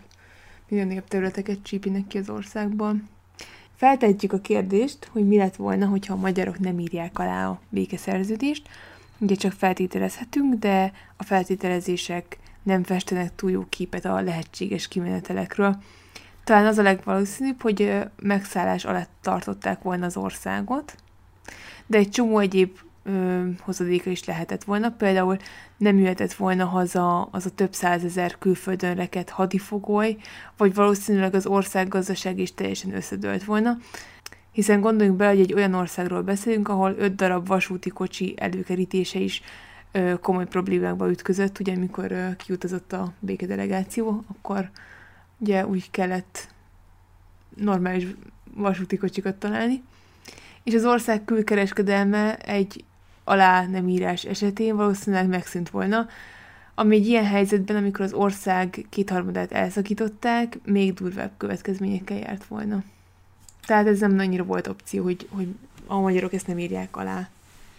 területeket csípinek ki az országból. Feltehetjük a kérdést, hogy mi lett volna, hogyha a magyarok nem írják alá a békeszerződést. Ugye csak feltételezhetünk, de a feltételezések nem festenek túl jó képet a lehetséges kimenetelekről. Talán az a legvalószínűbb, hogy megszállás alatt tartották volna az országot, de egy csomó egyéb hozadéka is lehetett volna. Például nem jöhetett volna haza az a több százezer külföldön rekedt hadifogoly, vagy valószínűleg az ország gazdaság is teljesen összedőlt volna, hiszen gondoljunk bele, hogy egy olyan országról beszélünk, ahol 5 darab vasúti kocsi előkerítése is komoly problémákba ütközött, ugye amikor kiutazott a békedelegáció, akkor ugye úgy kellett normális vasúti kocsikat találni, és az ország külkereskedelme egy alá nem írás esetén valószínűleg megszűnt volna, ami egy ilyen helyzetben, amikor az ország 2/3 elszakították, még durvább következményekkel járt volna. Tehát ez nem annyira volt opció, hogy a magyarok ezt nem írják alá.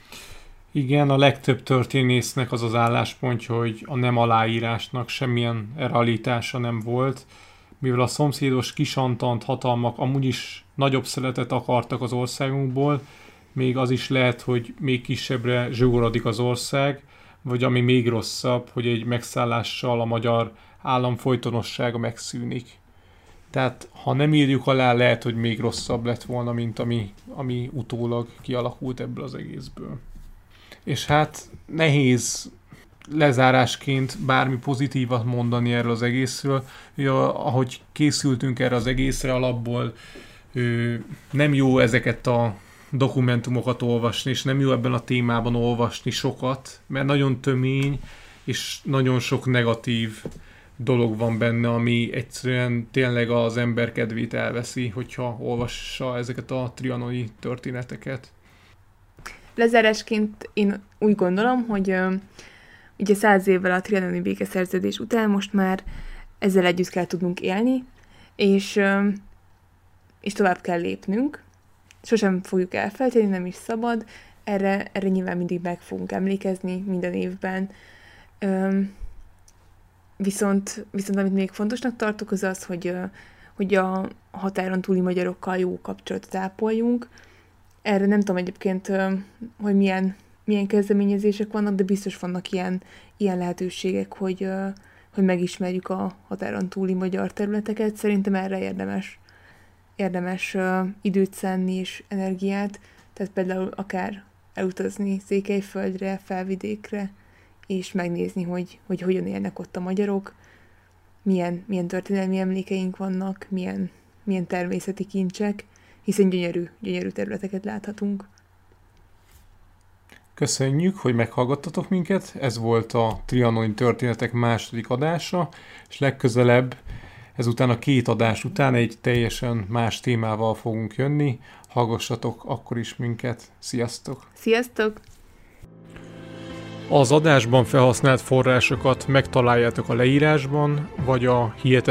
Igen, a legtöbb történésznek az az álláspontja, hogy a nem aláírásnak semmilyen realitása nem volt, mivel a szomszédos kisantant hatalmak amúgy is nagyobb szeletet akartak az országunkból, még az is lehet, hogy még kisebbre zsugorodik az ország, vagy ami még rosszabb, hogy egy megszállással a magyar állam folytonossága megszűnik. Tehát ha nem írjuk alá, lehet, hogy még rosszabb lett volna, mint ami utólag kialakult ebből az egészből. És hát nehéz lezárásként bármi pozitívat mondani erről az egészről. Ugye, ahogy készültünk erre az egészre, alapból nem jó ezeket a dokumentumokat olvasni, és nem jó ebben a témában olvasni sokat, mert nagyon tömény, és nagyon sok negatív dolog van benne, ami egyszerűen tényleg az ember kedvét elveszi, hogyha olvassa ezeket a trianoni történeteket. Lezárásként én úgy gondolom, hogy ugye 100 évvel a trianoni békeszerződés után most már ezzel együtt kell tudnunk élni, és tovább kell lépnünk. Sosem fogjuk elfelejteni, nem is szabad. Erre nyilván mindig meg fogunk emlékezni minden évben. Viszont amit még fontosnak tartok, az az, hogy a határon túli magyarokkal jó kapcsolatot ápoljunk. Erre nem tudom egyébként, hogy milyen kezdeményezések vannak, de biztos vannak ilyen lehetőségek, hogy megismerjük a határon túli magyar területeket. Szerintem erre érdemes időt szánni és energiát, tehát például akár elutazni Székelyföldre, Felvidékre, és megnézni, hogy hogyan élnek ott a magyarok, milyen történelmi emlékeink vannak, milyen természeti kincsek, hiszen gyönyörű területeket láthatunk. Köszönjük, hogy meghallgattatok minket, ez volt a Trianoni Történetek második adása, és legközelebb, ezután a 2 adás után egy teljesen más témával fogunk jönni. Hallgassatok akkor is minket. Sziasztok! Sziasztok! Az adásban felhasznált forrásokat megtaláljátok a leírásban, vagy a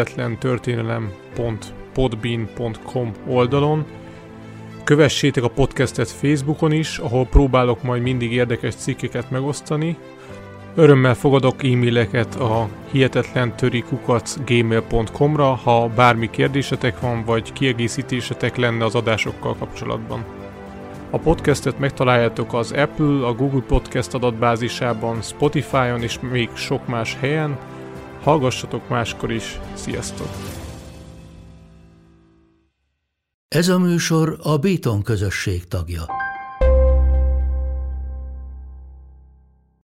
hihetetlentörténelem.podbean.com oldalon. Kövessétek a podcastet Facebookon is, ahol próbálok majd mindig érdekes cikkeket megosztani. Örömmel fogadok e-maileket a hihetetlentöri@gmail.com-ra, ha bármi kérdésetek van, vagy kiegészítésetek lenne az adásokkal kapcsolatban. A podcastet megtaláljátok az Apple, a Google Podcast adatbázisában, Spotify-on és még sok más helyen. Hallgassatok máskor is. Sziasztok! Ez a műsor a Béton közösség tagja.